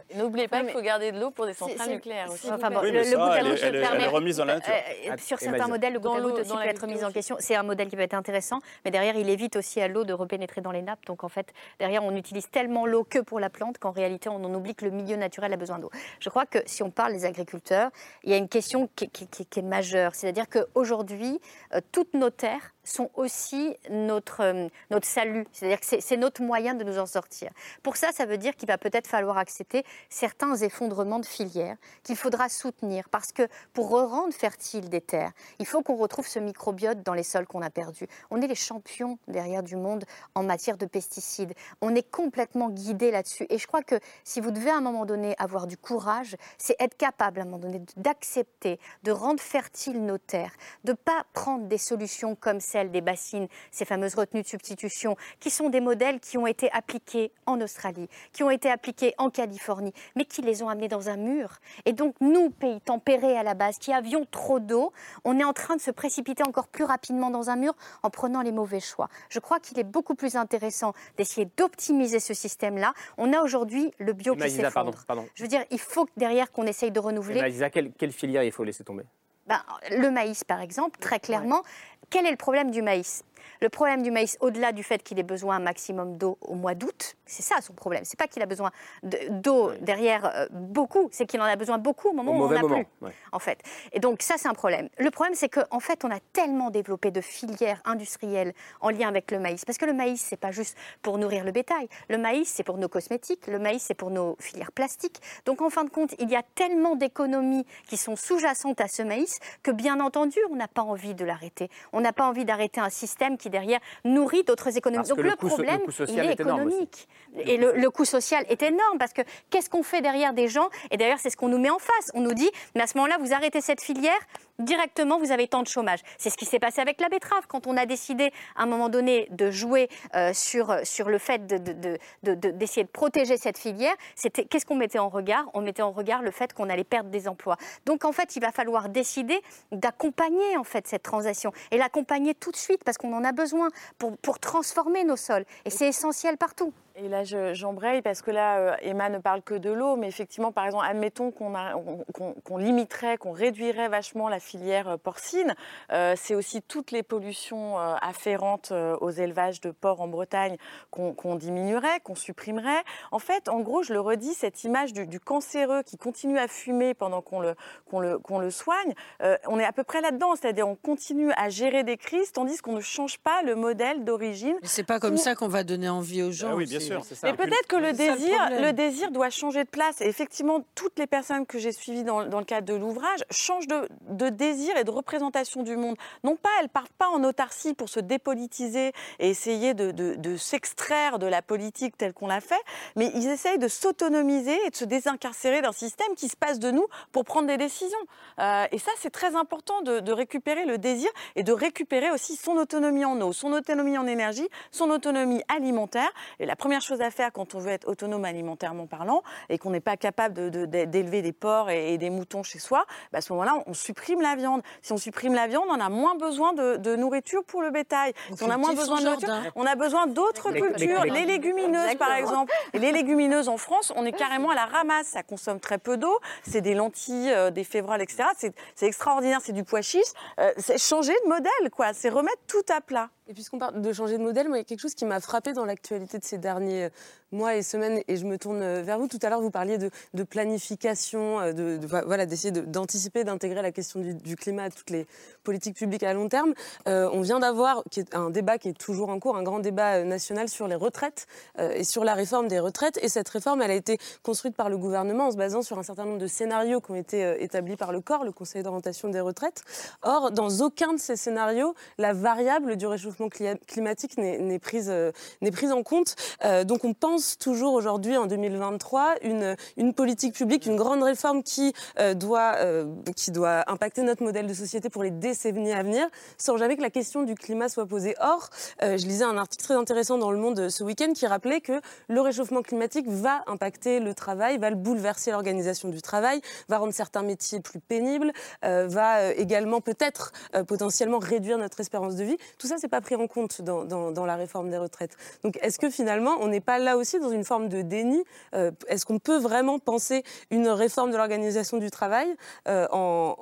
N'oubliez pas qu'il faut garder de l'eau pour des centrales nucléaires aussi.
Enfin, bon, oui, le, le ça, elle, elle, elle est remise dans la nature.
Euh, sur certains modèles, le goutte à goutte aussi peut être remis en question. C'est un modèle qui peut être intéressant, mais derrière, il évite aussi à l'eau de repénétrer dans les nappes. Donc en fait, derrière, on utilise tellement l'eau que pour la plante qu'en réalité, on en oublie que le milieu naturel a besoin d'eau. Je crois que si on parle des agriculteurs, il y a une question qui, qui, qui, qui est majeure. C'est-à-dire qu'aujourd'hui, euh, toutes nos terres sont aussi notre, euh, notre salut. C'est-à-dire que c'est, c'est notre moyen de nous en sortir. Pour ça, ça veut dire qu'il va peut-être falloir accepter certains effondrements de filières qu'il faudra soutenir. Parce que pour rendre fertiles des terres, il faut qu'on retrouve ce microbiote dans les sols qu'on a perdus. On est les champions derrière du monde en matière de pesticides. On est complètement guidés là-dessus. Et je crois que si vous devez à un moment donné avoir du courage, c'est être capable à un moment donné d'accepter, de rendre fertiles nos terres, de ne pas prendre des solutions comme celle des bassines, ces fameuses retenues de substitution, qui sont des modèles qui ont été appliqués en Australie, qui ont été appliqués en Californie, mais qui les ont amenés dans un mur. Et donc, nous, pays tempérés à la base, qui avions trop d'eau, on est en train de se précipiter encore plus rapidement dans un mur en prenant les mauvais choix. Je crois qu'il est beaucoup plus intéressant d'essayer d'optimiser ce système-là. On a aujourd'hui le bio qui s'effondre.
Pardon, pardon.
Je veux dire, il faut que derrière qu'on essaye de renouveler.
Maïsa, quelle, quelle filière il faut laisser tomber?
Ben, le maïs, par exemple, très clairement. Ouais. Quel est le problème du maïs ? Le problème du maïs, au-delà du fait qu'il ait besoin un maximum d'eau au mois d'août, c'est ça son problème. C'est pas qu'il a besoin de, d'eau derrière euh, beaucoup, c'est qu'il en a besoin beaucoup au moment au où on n'en a moment. plus, ouais. en fait. Et donc ça, c'est un problème. Le problème, c'est qu'en en fait, on a tellement développé de filières industrielles en lien avec le maïs. Parce que le maïs, c'est pas juste pour nourrir le bétail. Le maïs, c'est pour nos cosmétiques. Le maïs, c'est pour nos filières plastiques. Donc, en fin de compte, il y a tellement d'économies qui sont sous-jacentes à ce maïs que, bien entendu, on n'a pas envie de l'arrêter. On n'a pas envie d'arrêter un système qui, derrière, nourrit d'autres économies.
Parce
donc, le,
le
problème,
le
il est économique. Et le, le coût social est énorme parce que qu'est-ce qu'on fait derrière des gens? Et d'ailleurs, c'est ce qu'on nous met en face. On nous dit, mais à ce moment-là, vous arrêtez cette filière, directement, vous avez tant de chômage. C'est ce qui s'est passé avec la betterave. Quand on a décidé, à un moment donné, de jouer euh, sur, sur le fait de, de, de, de, de, d'essayer de protéger cette filière, c'était, qu'est-ce qu'on mettait en regard? On mettait en regard le fait qu'on allait perdre des emplois. Donc, en fait, il va falloir décider d'accompagner, en fait, cette transition. Et l'accompagner tout de suite, parce qu'on en a besoin pour, pour transformer nos sols. Et c'est essentiel partout.
Et là, je, j'embraye parce que là, euh, Emma ne parle que de l'eau, mais effectivement, par exemple, admettons qu'on, a, on, qu'on, qu'on limiterait, qu'on réduirait vachement la filière porcine. Euh, c'est aussi toutes les pollutions euh, afférentes euh, aux élevages de porcs en Bretagne qu'on, qu'on diminuerait, qu'on supprimerait. En fait, en gros, je le redis, cette image du, du cancéreux qui continue à fumer pendant qu'on le, qu'on le, qu'on le soigne, euh, on est à peu près là-dedans. C'est-à-dire, on continue à gérer des crises, tandis qu'on ne change pas le modèle d'origine.
Mais c'est pas comme pour... ça qu'on va donner envie aux gens.
Ah oui, bien sûr.
C'est ça. Mais peut-être que le désir, le, le désir doit changer de place. Et effectivement, toutes les personnes que j'ai suivies dans, dans le cadre de l'ouvrage changent de, de désir et de représentation du monde. Non pas, elles ne partent pas en autarcie pour se dépolitiser et essayer de, de, de s'extraire de la politique telle qu'on l'a fait, mais ils essayent de s'autonomiser et de se désincarcérer d'un système qui se passe de nous pour prendre des décisions. Euh, et ça, c'est très important de, de récupérer le désir et de récupérer aussi son autonomie en eau, son autonomie en énergie, son autonomie alimentaire. Et la première chose à faire quand on veut être autonome alimentairement parlant et qu'on n'est pas capable de, de, d'élever des porcs et, et des moutons chez soi, bah à ce moment-là, on supprime la viande. Si on supprime la viande, on a moins besoin de, de nourriture pour le bétail. Si on a moins besoin de nourriture, on a besoin d'autres les, cultures. Les, les, les légumineuses, exactement. Par exemple. Et les légumineuses en France, on est carrément à la ramasse. Ça consomme très peu d'eau. C'est des lentilles, euh, des févroles, et cetera. C'est, c'est extraordinaire. C'est du pois chiche. Euh, c'est changer de modèle, quoi. C'est remettre tout à plat.
Et puisqu'on parle de changer de modèle, moi, il y a quelque chose qui m'a frappée dans l'actualité de ces derniers mois et semaines, et je me tourne vers vous. Tout à l'heure, vous parliez de, de planification, de, de, voilà, d'essayer de, d'anticiper, d'intégrer la question du, du climat à toutes les politiques publiques à long terme. Euh, on vient d'avoir qui est un débat qui est toujours en cours, un grand débat national sur les retraites euh, et sur la réforme des retraites. Et cette réforme, elle a été construite par le gouvernement en se basant sur un certain nombre de scénarios qui ont été euh, établis par le C O R, le Conseil d'orientation des retraites. Or, dans aucun de ces scénarios, la variable du réchauffement climatique n'est, n'est, prise, euh, n'est prise en compte. Euh, donc on pense toujours aujourd'hui, en deux mille vingt-trois, une, une politique publique, une grande réforme qui, euh, doit, euh, qui doit impacter notre modèle de société pour les décennies à venir, sans jamais que la question du climat soit posée. Or, euh, je lisais un article très intéressant dans Le Monde ce week-end qui rappelait que le réchauffement climatique va impacter le travail, va le bouleverser l'organisation du travail, va rendre certains métiers plus pénibles, euh, va euh, également peut-être euh, potentiellement réduire notre espérance de vie. Tout ça, c'est pas pris pris en compte dans, dans, dans la réforme des retraites. Donc est-ce que finalement, on n'est pas là aussi dans une forme de déni? euh, Est-ce qu'on peut vraiment penser une réforme de l'organisation du travail euh, en...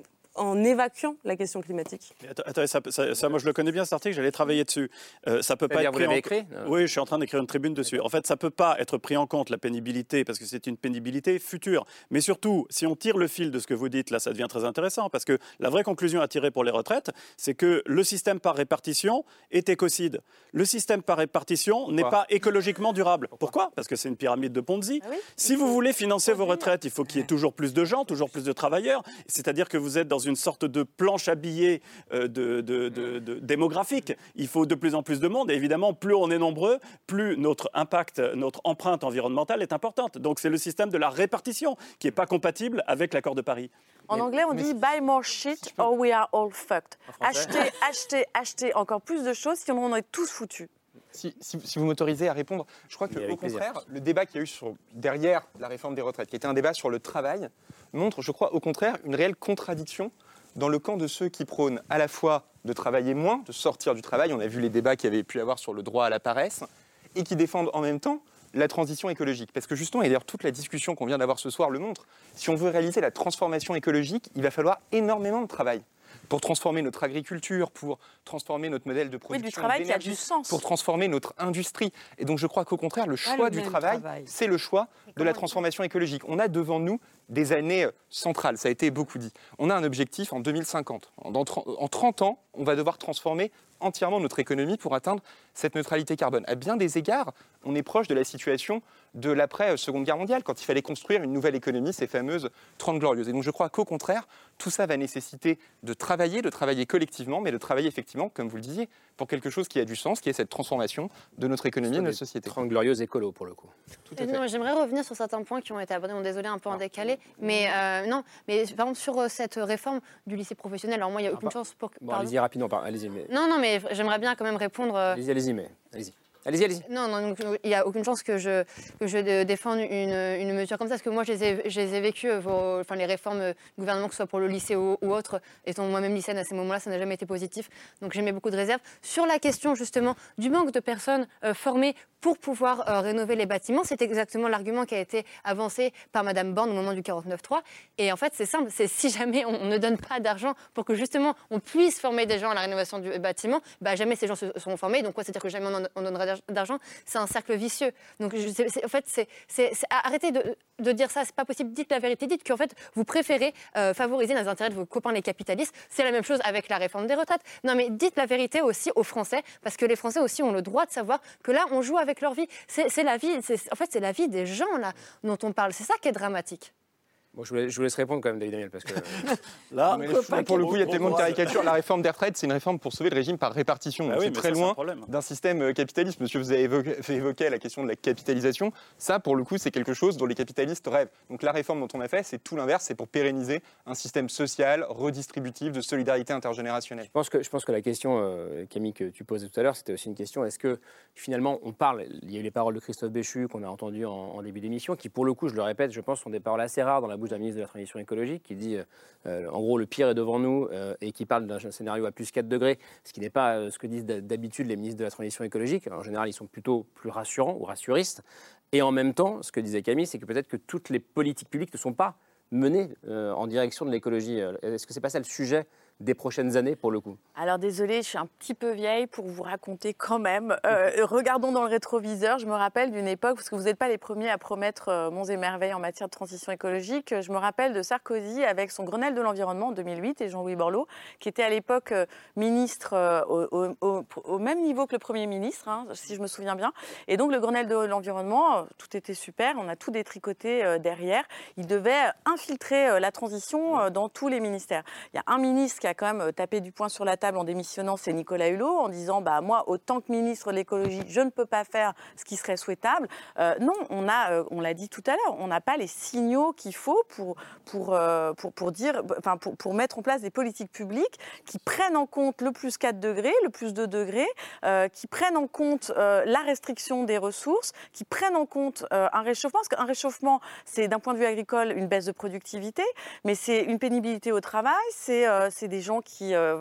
en évacuant la question climatique?
Attends, ça, ça, ça, moi je le connais bien cet article, j'allais travailler dessus. Euh, ça peut pas être
vous l'avez
en...
écrit?
Oui, je suis en train d'écrire une tribune dessus. En fait, ça peut pas être pris en compte la pénibilité parce que c'est une pénibilité future. Mais surtout, si on tire le fil de ce que vous dites, là, ça devient très intéressant parce que la vraie conclusion à tirer pour les retraites, c'est que le système par répartition est écocide. Le système par répartition n'est pas écologiquement durable. Pourquoi, Pourquoi Parce que c'est une pyramide de Ponzi. Ah oui, si vous voulez financer vos retraites, il faut qu'il y ait toujours plus de gens, toujours plus de travailleurs. C'est-à-dire que vous êtes dans une sorte de planche à billets euh, de, de, de, de, démographique. Il faut de plus en plus de monde et évidemment, plus on est nombreux, plus notre impact, notre empreinte environnementale est importante. Donc c'est le système de la répartition qui n'est pas compatible avec l'accord de Paris.
En mais, anglais, on dit « buy more shit or we are all fucked ». Acheter, acheter, acheter encore plus de choses, sinon on est tous foutus.
Si, si, si vous m'autorisez à répondre, je crois qu'au contraire, le débat qu'il y a eu sur, derrière la réforme des retraites, qui était un débat sur le travail, montre, je crois, au contraire, une réelle contradiction dans le camp de ceux qui prônent à la fois de travailler moins, de sortir du travail, on a vu les débats qu'il y avait pu avoir sur le droit à la paresse, et qui défendent en même temps la transition écologique. Parce que justement, et d'ailleurs toute la discussion qu'on vient d'avoir ce soir le montre, si on veut réaliser la transformation écologique, il va falloir énormément de travail. Pour transformer notre agriculture, pour transformer notre modèle de production,
oui, du travail qui a du sens,
pour transformer notre industrie. Et donc je crois qu'au contraire, le choix du travail, travail. c'est le choix de la transformation écologique. On a devant nous des années centrales, ça a été beaucoup dit. On a un objectif en deux mille cinquante. En trente ans, on va devoir transformer entièrement notre économie pour atteindre cette neutralité carbone. À bien des égards, on est proche de la situation de l'après-Seconde Guerre mondiale, quand il fallait construire une nouvelle économie, ces fameuses trente glorieuses. Et donc je crois qu'au contraire, tout ça va nécessiter de travailler, de travailler collectivement, mais de travailler effectivement, comme vous le disiez, pour quelque chose qui a du sens, qui est cette transformation de notre économie et de notre société.
trente glorieuses écolo, pour le coup.
Tout à fait. J'aimerais revenir sur certains points qui ont été abordés, désolé, un peu en décalé, mais euh, non, mais par exemple sur cette réforme du lycée professionnel, alors moi, il n'y a aucune ah, chance pour...
Bon, allez-y rapidement, allez-y. Mais...
Non, non, mais j'aimerais bien quand même répondre... Euh...
Allez-y, allez-y, mais allez-y. Allez-y, allez-y.
Non, non, il n'y a aucune chance que je, que je défende une, une mesure comme ça, parce que moi, je les ai, je les ai vécues, vos, enfin, les réformes du gouvernement, que ce soit pour le lycée ou, ou autre, étant moi-même lycéenne à ces moments-là, ça n'a jamais été positif, donc j'ai mis beaucoup de réserves. Sur la question, justement, du manque de personnes euh, formées pour pouvoir euh, rénover les bâtiments, c'est exactement l'argument qui a été avancé par Madame Borne au moment du quarante-neuf trois. Et en fait, c'est simple, c'est si jamais on, on ne donne pas d'argent pour que, justement, on puisse former des gens à la rénovation du bâtiment, bah, jamais ces gens se, seront formés, donc quoi, c'est-à-dire que jamais on, en, on donnera d'argent, c'est un cercle vicieux. Donc, je, c'est, c'est, en fait, c'est, c'est, c'est, arrêtez de, de dire ça, c'est pas possible. Dites la vérité, dites qu'en fait, vous préférez euh, favoriser les intérêts de vos copains les capitalistes. C'est la même chose avec la réforme des retraites. Non, mais dites la vérité aussi aux Français, parce que les Français aussi ont le droit de savoir que là, on joue avec leur vie. C'est, c'est la vie, c'est, en fait, c'est la vie des gens là dont on parle. C'est ça qui est dramatique.
Bon, je, vous laisse, je vous laisse répondre quand même, David Amiel, parce que...
Là, mais là, pour le coup, il y a tellement de caricatures. La réforme des retraites, c'est une réforme pour sauver le régime par répartition. Ah oui, c'est très ça, loin d'un système capitaliste. Monsieur, vous avez évoqué, fait évoquer la question de la capitalisation. Ça, pour le coup, c'est quelque chose dont les capitalistes rêvent. Donc la réforme dont on a fait, c'est tout l'inverse. C'est pour pérenniser un système social, redistributif, de solidarité intergénérationnelle.
Je pense que, je pense que la question, euh, Camille, que tu posais tout à l'heure, c'était aussi une question. Est-ce que, finalement, on parle... Il y a eu les paroles de Christophe Béchu qu'on a entendues en, en début d'émission, qui, pour le coup, je le répète, je pense, sont des paroles assez rares dans la bouche d'un ministre de la Transition écologique, qui dit euh, en gros le pire est devant nous euh, et qui parle d'un scénario à plus quatre degrés, ce qui n'est pas euh, ce que disent d'habitude les ministres de la transition écologique. En général, ils sont plutôt plus rassurants ou rassuristes. Et en même temps, ce que disait Camille, c'est que peut-être que toutes les politiques publiques ne sont pas menées euh, en direction de l'écologie. Est-ce que c'est pas ça le sujet des prochaines années, pour le coup?
Alors, désolée, je suis un petit peu vieille pour vous raconter quand même. Euh, regardons dans le rétroviseur. Je me rappelle d'une époque, parce que vous n'êtes pas les premiers à promettre euh, monts et merveilles en matière de transition écologique. Je me rappelle de Sarkozy avec son Grenelle de l'environnement en deux mille huit et Jean-Louis Borloo, qui était à l'époque euh, ministre euh, au, au, au même niveau que le Premier ministre, hein, si je me souviens bien. Et donc, le Grenelle de l'environnement, euh, tout était super. On a tout détricoté euh, derrière. Il devait infiltrer euh, la transition euh, dans tous les ministères. Il y a un ministre qui a quand même tapé du poing sur la table en démissionnant, c'est Nicolas Hulot, en disant bah, « moi, autant que ministre de l'écologie, je ne peux pas faire ce qui serait souhaitable euh, ». Non, on, a, euh, on l'a dit tout à l'heure, on n'a pas les signaux qu'il faut pour, pour, euh, pour, pour, dire, enfin, pour, pour mettre en place des politiques publiques qui prennent en compte le plus quatre degrés, le plus deux degrés, euh, qui prennent en compte euh, la restriction des ressources, qui prennent en compte euh, un réchauffement, parce qu'un réchauffement, c'est d'un point de vue agricole une baisse de productivité, mais c'est une pénibilité au travail, c'est, euh, c'est des gens qui, euh, voilà, enfin, qui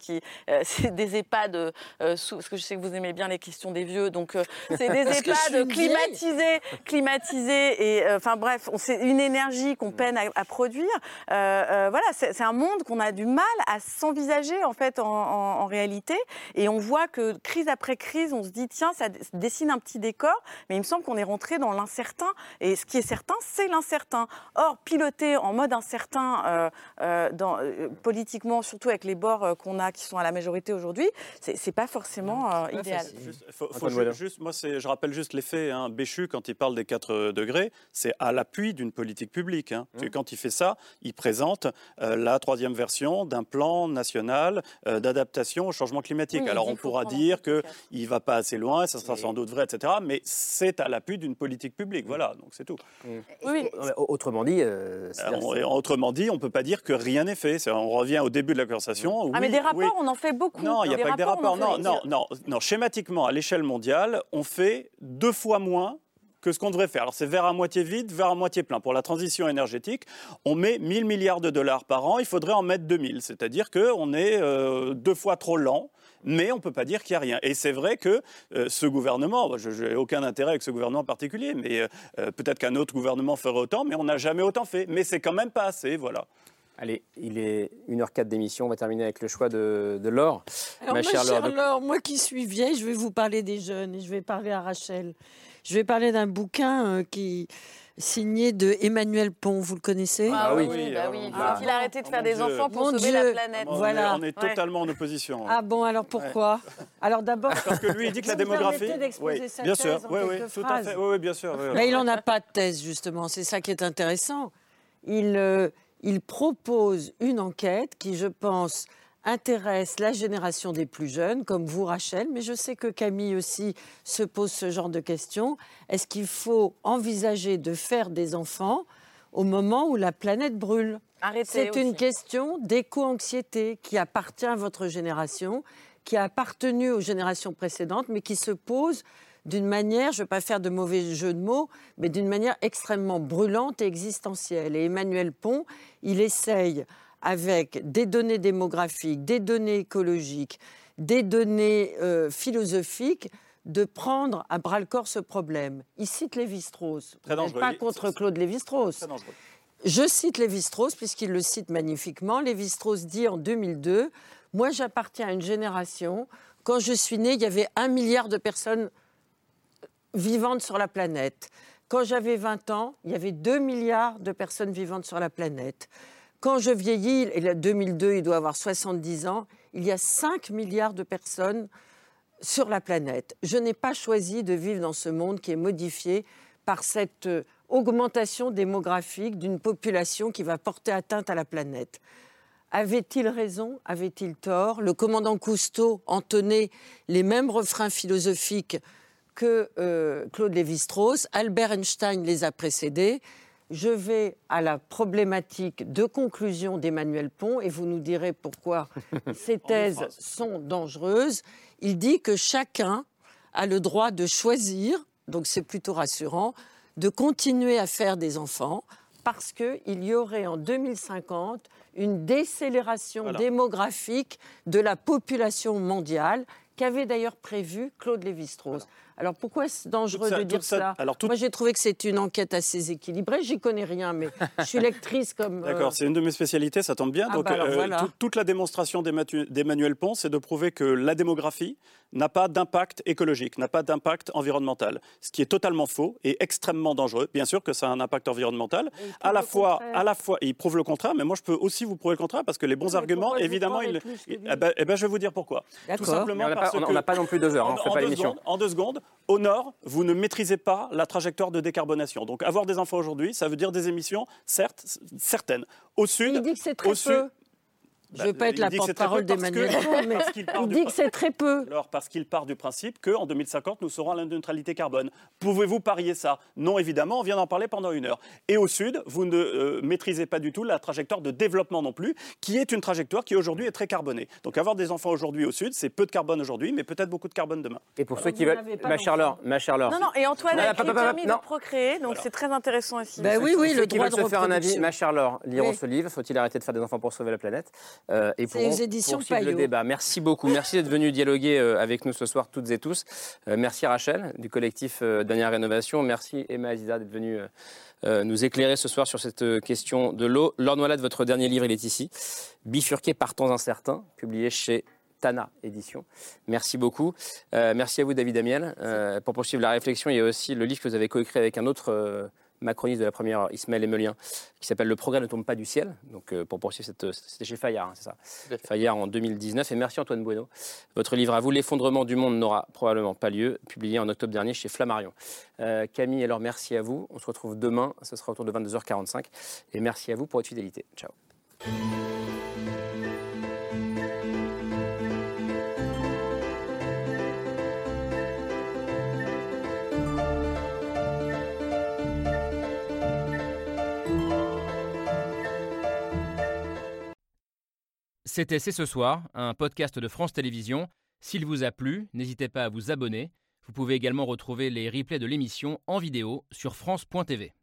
qui, euh, c'est des EHPAD, euh, sous, parce que je sais que vous aimez bien les questions des vieux, donc euh, c'est des EHPAD climatisés, climatisés, et enfin euh, bref, on, c'est une énergie qu'on peine à, à produire. Euh, euh, voilà, c'est, c'est un monde qu'on a du mal à s'envisager en fait en, en, en réalité, et on voit que crise après crise, on se dit tiens, ça dessine un petit décor, mais il me semble qu'on est rentré dans l'incertain, et ce qui est certain, c'est l'incertain. Or, piloter en mode incertain, euh, euh, dans, euh, politiquement, surtout avec les bords euh, qu'on a, qui sont à la majorité aujourd'hui, c'est, c'est pas forcément euh, idéal.
Juste, faut, faut ju- juste, moi, c'est, je rappelle juste les faits. Hein. Béchu, quand il parle des quatre degrés, c'est à l'appui d'une politique publique. Hein. Mmh. Quand il fait ça, il présente euh, la troisième version d'un plan national euh, d'adaptation au changement climatique. Oui, alors, on pourra dire qu'il ne va pas assez loin, ça sera oui. sans doute vrai, et cetera. Mais c'est à l'appui d'une politique publique. Mmh. Voilà, donc c'est tout.
Mmh. Oui. Autrement dit, euh,
Alors, on, autrement dit, on ne peut pas dire que rien n'est fait. C'est, on revient au début de la conversation.
Ah,
oui,
mais des rapports,
oui.
on en fait beaucoup.
Non, il n'y a
des
pas que des rapports. Non,
fait...
non, non, non. Schématiquement, à l'échelle mondiale, on fait deux fois moins que ce qu'on devrait faire. Alors, c'est verre à moitié vide, verre à moitié plein. Pour la transition énergétique, on met mille milliards de dollars par an. Il faudrait en mettre deux mille. C'est-à-dire qu'on est euh, deux fois trop lent. Mais on ne peut pas dire qu'il n'y a rien. Et c'est vrai que euh, ce gouvernement, je n'ai aucun intérêt avec ce gouvernement en particulier, mais euh, peut-être qu'un autre gouvernement ferait autant, mais on n'a jamais autant fait. Mais c'est quand même pas assez, voilà.
Allez, il est une heure quatre d'émission, on va terminer avec le choix de, de Laure.
Alors, ma chère, chère Laure, de... Laure, moi qui suis vieille, je vais vous parler des jeunes et je vais parler à Rachel. Je vais parler d'un bouquin euh, qui... signé de Emmanuel Pons, vous le connaissez ?
Ah oui, oui, bah oui. Ah, faut-il arrêter de faire oh des Dieu. enfants pour
mon
sauver
Dieu.
la planète ?
On
Voilà.
Est, on est totalement ouais. en opposition.
Ah bon, alors pourquoi ouais. Alors d'abord...
Parce que lui, il dit que la démographie...
Oui,
bien sûr, oui, oui, tout à fait. Oui, oui, bien sûr. Oui,
Mais il n'en a pas de thèse, justement, c'est ça qui est intéressant. Il, euh, il propose une enquête qui, je pense... intéresse la génération des plus jeunes, comme vous, Rachel, mais je sais que Camille aussi se pose ce genre de questions. Est-ce qu'il faut envisager de faire des enfants au moment où la planète brûle ?
Arrêtez
C'est
aussi.
une question d'éco-anxiété qui appartient à votre génération, qui a appartenu aux générations précédentes, mais qui se pose d'une manière, je ne vais pas faire de mauvais jeu de mots, mais d'une manière extrêmement brûlante et existentielle. Et Emmanuel Pons, il essaye... avec des données démographiques, des données écologiques, des données euh, philosophiques, de prendre à bras-le-corps ce problème. Il cite Lévi-Strauss. Je ne suis pas contre Claude Lévi-Strauss. Je cite Lévi-Strauss, puisqu'il le cite magnifiquement. Lévi-Strauss dit en deux mille deux, « Moi, j'appartiens à une génération, quand je suis née, il y avait un milliard de personnes vivantes sur la planète. Quand j'avais vingt ans, il y avait deux milliards de personnes vivantes sur la planète. Quand je vieillis, et en deux mille deux, il doit avoir soixante-dix ans, il y a cinq milliards de personnes sur la planète. Je n'ai pas choisi de vivre dans ce monde qui est modifié par cette augmentation démographique d'une population qui va porter atteinte à la planète. » Avait-il raison ? Avait-il tort ? Le commandant Cousteau entonnait les mêmes refrains philosophiques que euh, Claude Lévi-Strauss. Albert Einstein les a précédés. Je vais à la problématique de conclusion d'Emmanuel Pons et vous nous direz pourquoi ces thèses sont dangereuses. Il dit que chacun a le droit de choisir, donc c'est plutôt rassurant, de continuer à faire des enfants parce qu'il y aurait en deux mille cinquante une décélération voilà. démographique de la population mondiale qu'avait d'ailleurs prévu Claude Lévi-Strauss. Voilà. Alors pourquoi est-ce dangereux ça, de dire ça, ça tout... Moi j'ai trouvé que c'est une enquête assez équilibrée, j'y connais rien, mais je suis lectrice comme... Euh...
D'accord, c'est une de mes spécialités, ça tombe bien.
Ah
Donc,
bah alors,
euh,
voilà.
tout, toute la démonstration d'Emmanuel Pons, c'est de prouver que la démographie n'a pas d'impact écologique, n'a pas d'impact environnemental, ce qui est totalement faux et extrêmement dangereux. Bien sûr que ça a un impact environnemental, à la, fois, à la fois, il prouve le contraire, mais moi je peux aussi vous prouver le contraire, parce que les bons mais arguments, évidemment, il, il, eh ben, eh ben, je vais vous dire pourquoi. Tout simplement
on n'a
parce
pas,
que...
n'a pas non plus deux heures,
en,
on fait
en
pas
deux
l'émission.
Secondes, en deux secondes, au nord, vous ne maîtrisez pas la trajectoire de décarbonation. Donc avoir des enfants aujourd'hui, ça veut dire des émissions, certes, certaines. Au sud...
Il dit que c'est très peu. Je ne veux pas être la porte-parole d'Emmanuel Pons, mais il dit que c'est très peu.
Alors, parce qu'il part du principe qu'en deux mille cinquante, nous serons à la neutralité carbone. Pouvez-vous parier ça ? Non, évidemment, on vient d'en parler pendant une heure. Et au sud, vous ne euh, maîtrisez pas du tout la trajectoire de développement non plus, qui est une trajectoire qui aujourd'hui est très carbonée. Donc avoir des enfants aujourd'hui au sud, c'est peu de carbone aujourd'hui, mais peut-être beaucoup de carbone demain.
Et pour ceux qui veulent... Ma chère Laure, ma chère Laure...
Non, non, et Antoine a le permis de procréer, donc voilà. C'est très intéressant aussi.
Ben oui, oui,
ceux
le
qui
droit
veulent
de
se faire un avis, ma chère Laure, lire
oui.
ce livre, faut-il arrêter de faire des enfants pour sauver la planète ? euh, et pourront
les éditions
poursuivre
Payot.
le débat. Merci beaucoup. Merci d'être venus dialoguer euh, avec nous ce soir, toutes et tous. Euh, merci Rachel, du collectif euh, Dernière Rénovation. Merci Emma Aziza d'être venue euh, euh, nous éclairer ce soir sur cette euh, question de l'eau. Laure Noilade, votre dernier livre, il est ici. Bifurqué par temps incertains, publié chez Tana Édition. Merci beaucoup. Euh, merci à vous, David Amiel. Euh, pour poursuivre la réflexion, il y a aussi le livre que vous avez coécrit avec un autre euh, macroniste de la première, Ismaël Emelien, qui s'appelle « Le progrès ne tombe pas du ciel ». Donc, euh, pour poursuivre, cette, c'était chez Fayard, hein, c'est ça. Fayard en deux mille dix-neuf. Et merci Antoine Bueno. Votre livre à vous, « L'effondrement du monde n'aura probablement pas lieu », publié en octobre dernier chez Flammarion. Euh, Camille, alors merci à vous. On se retrouve demain. Ce sera autour de vingt-deux heures quarante-cinq. Et merci à vous pour votre fidélité. Ciao.
C'était C'est ce soir, un podcast de France Télévisions. S'il vous a plu, n'hésitez pas à vous abonner. Vous pouvez également retrouver les replays de l'émission en vidéo sur France point T V.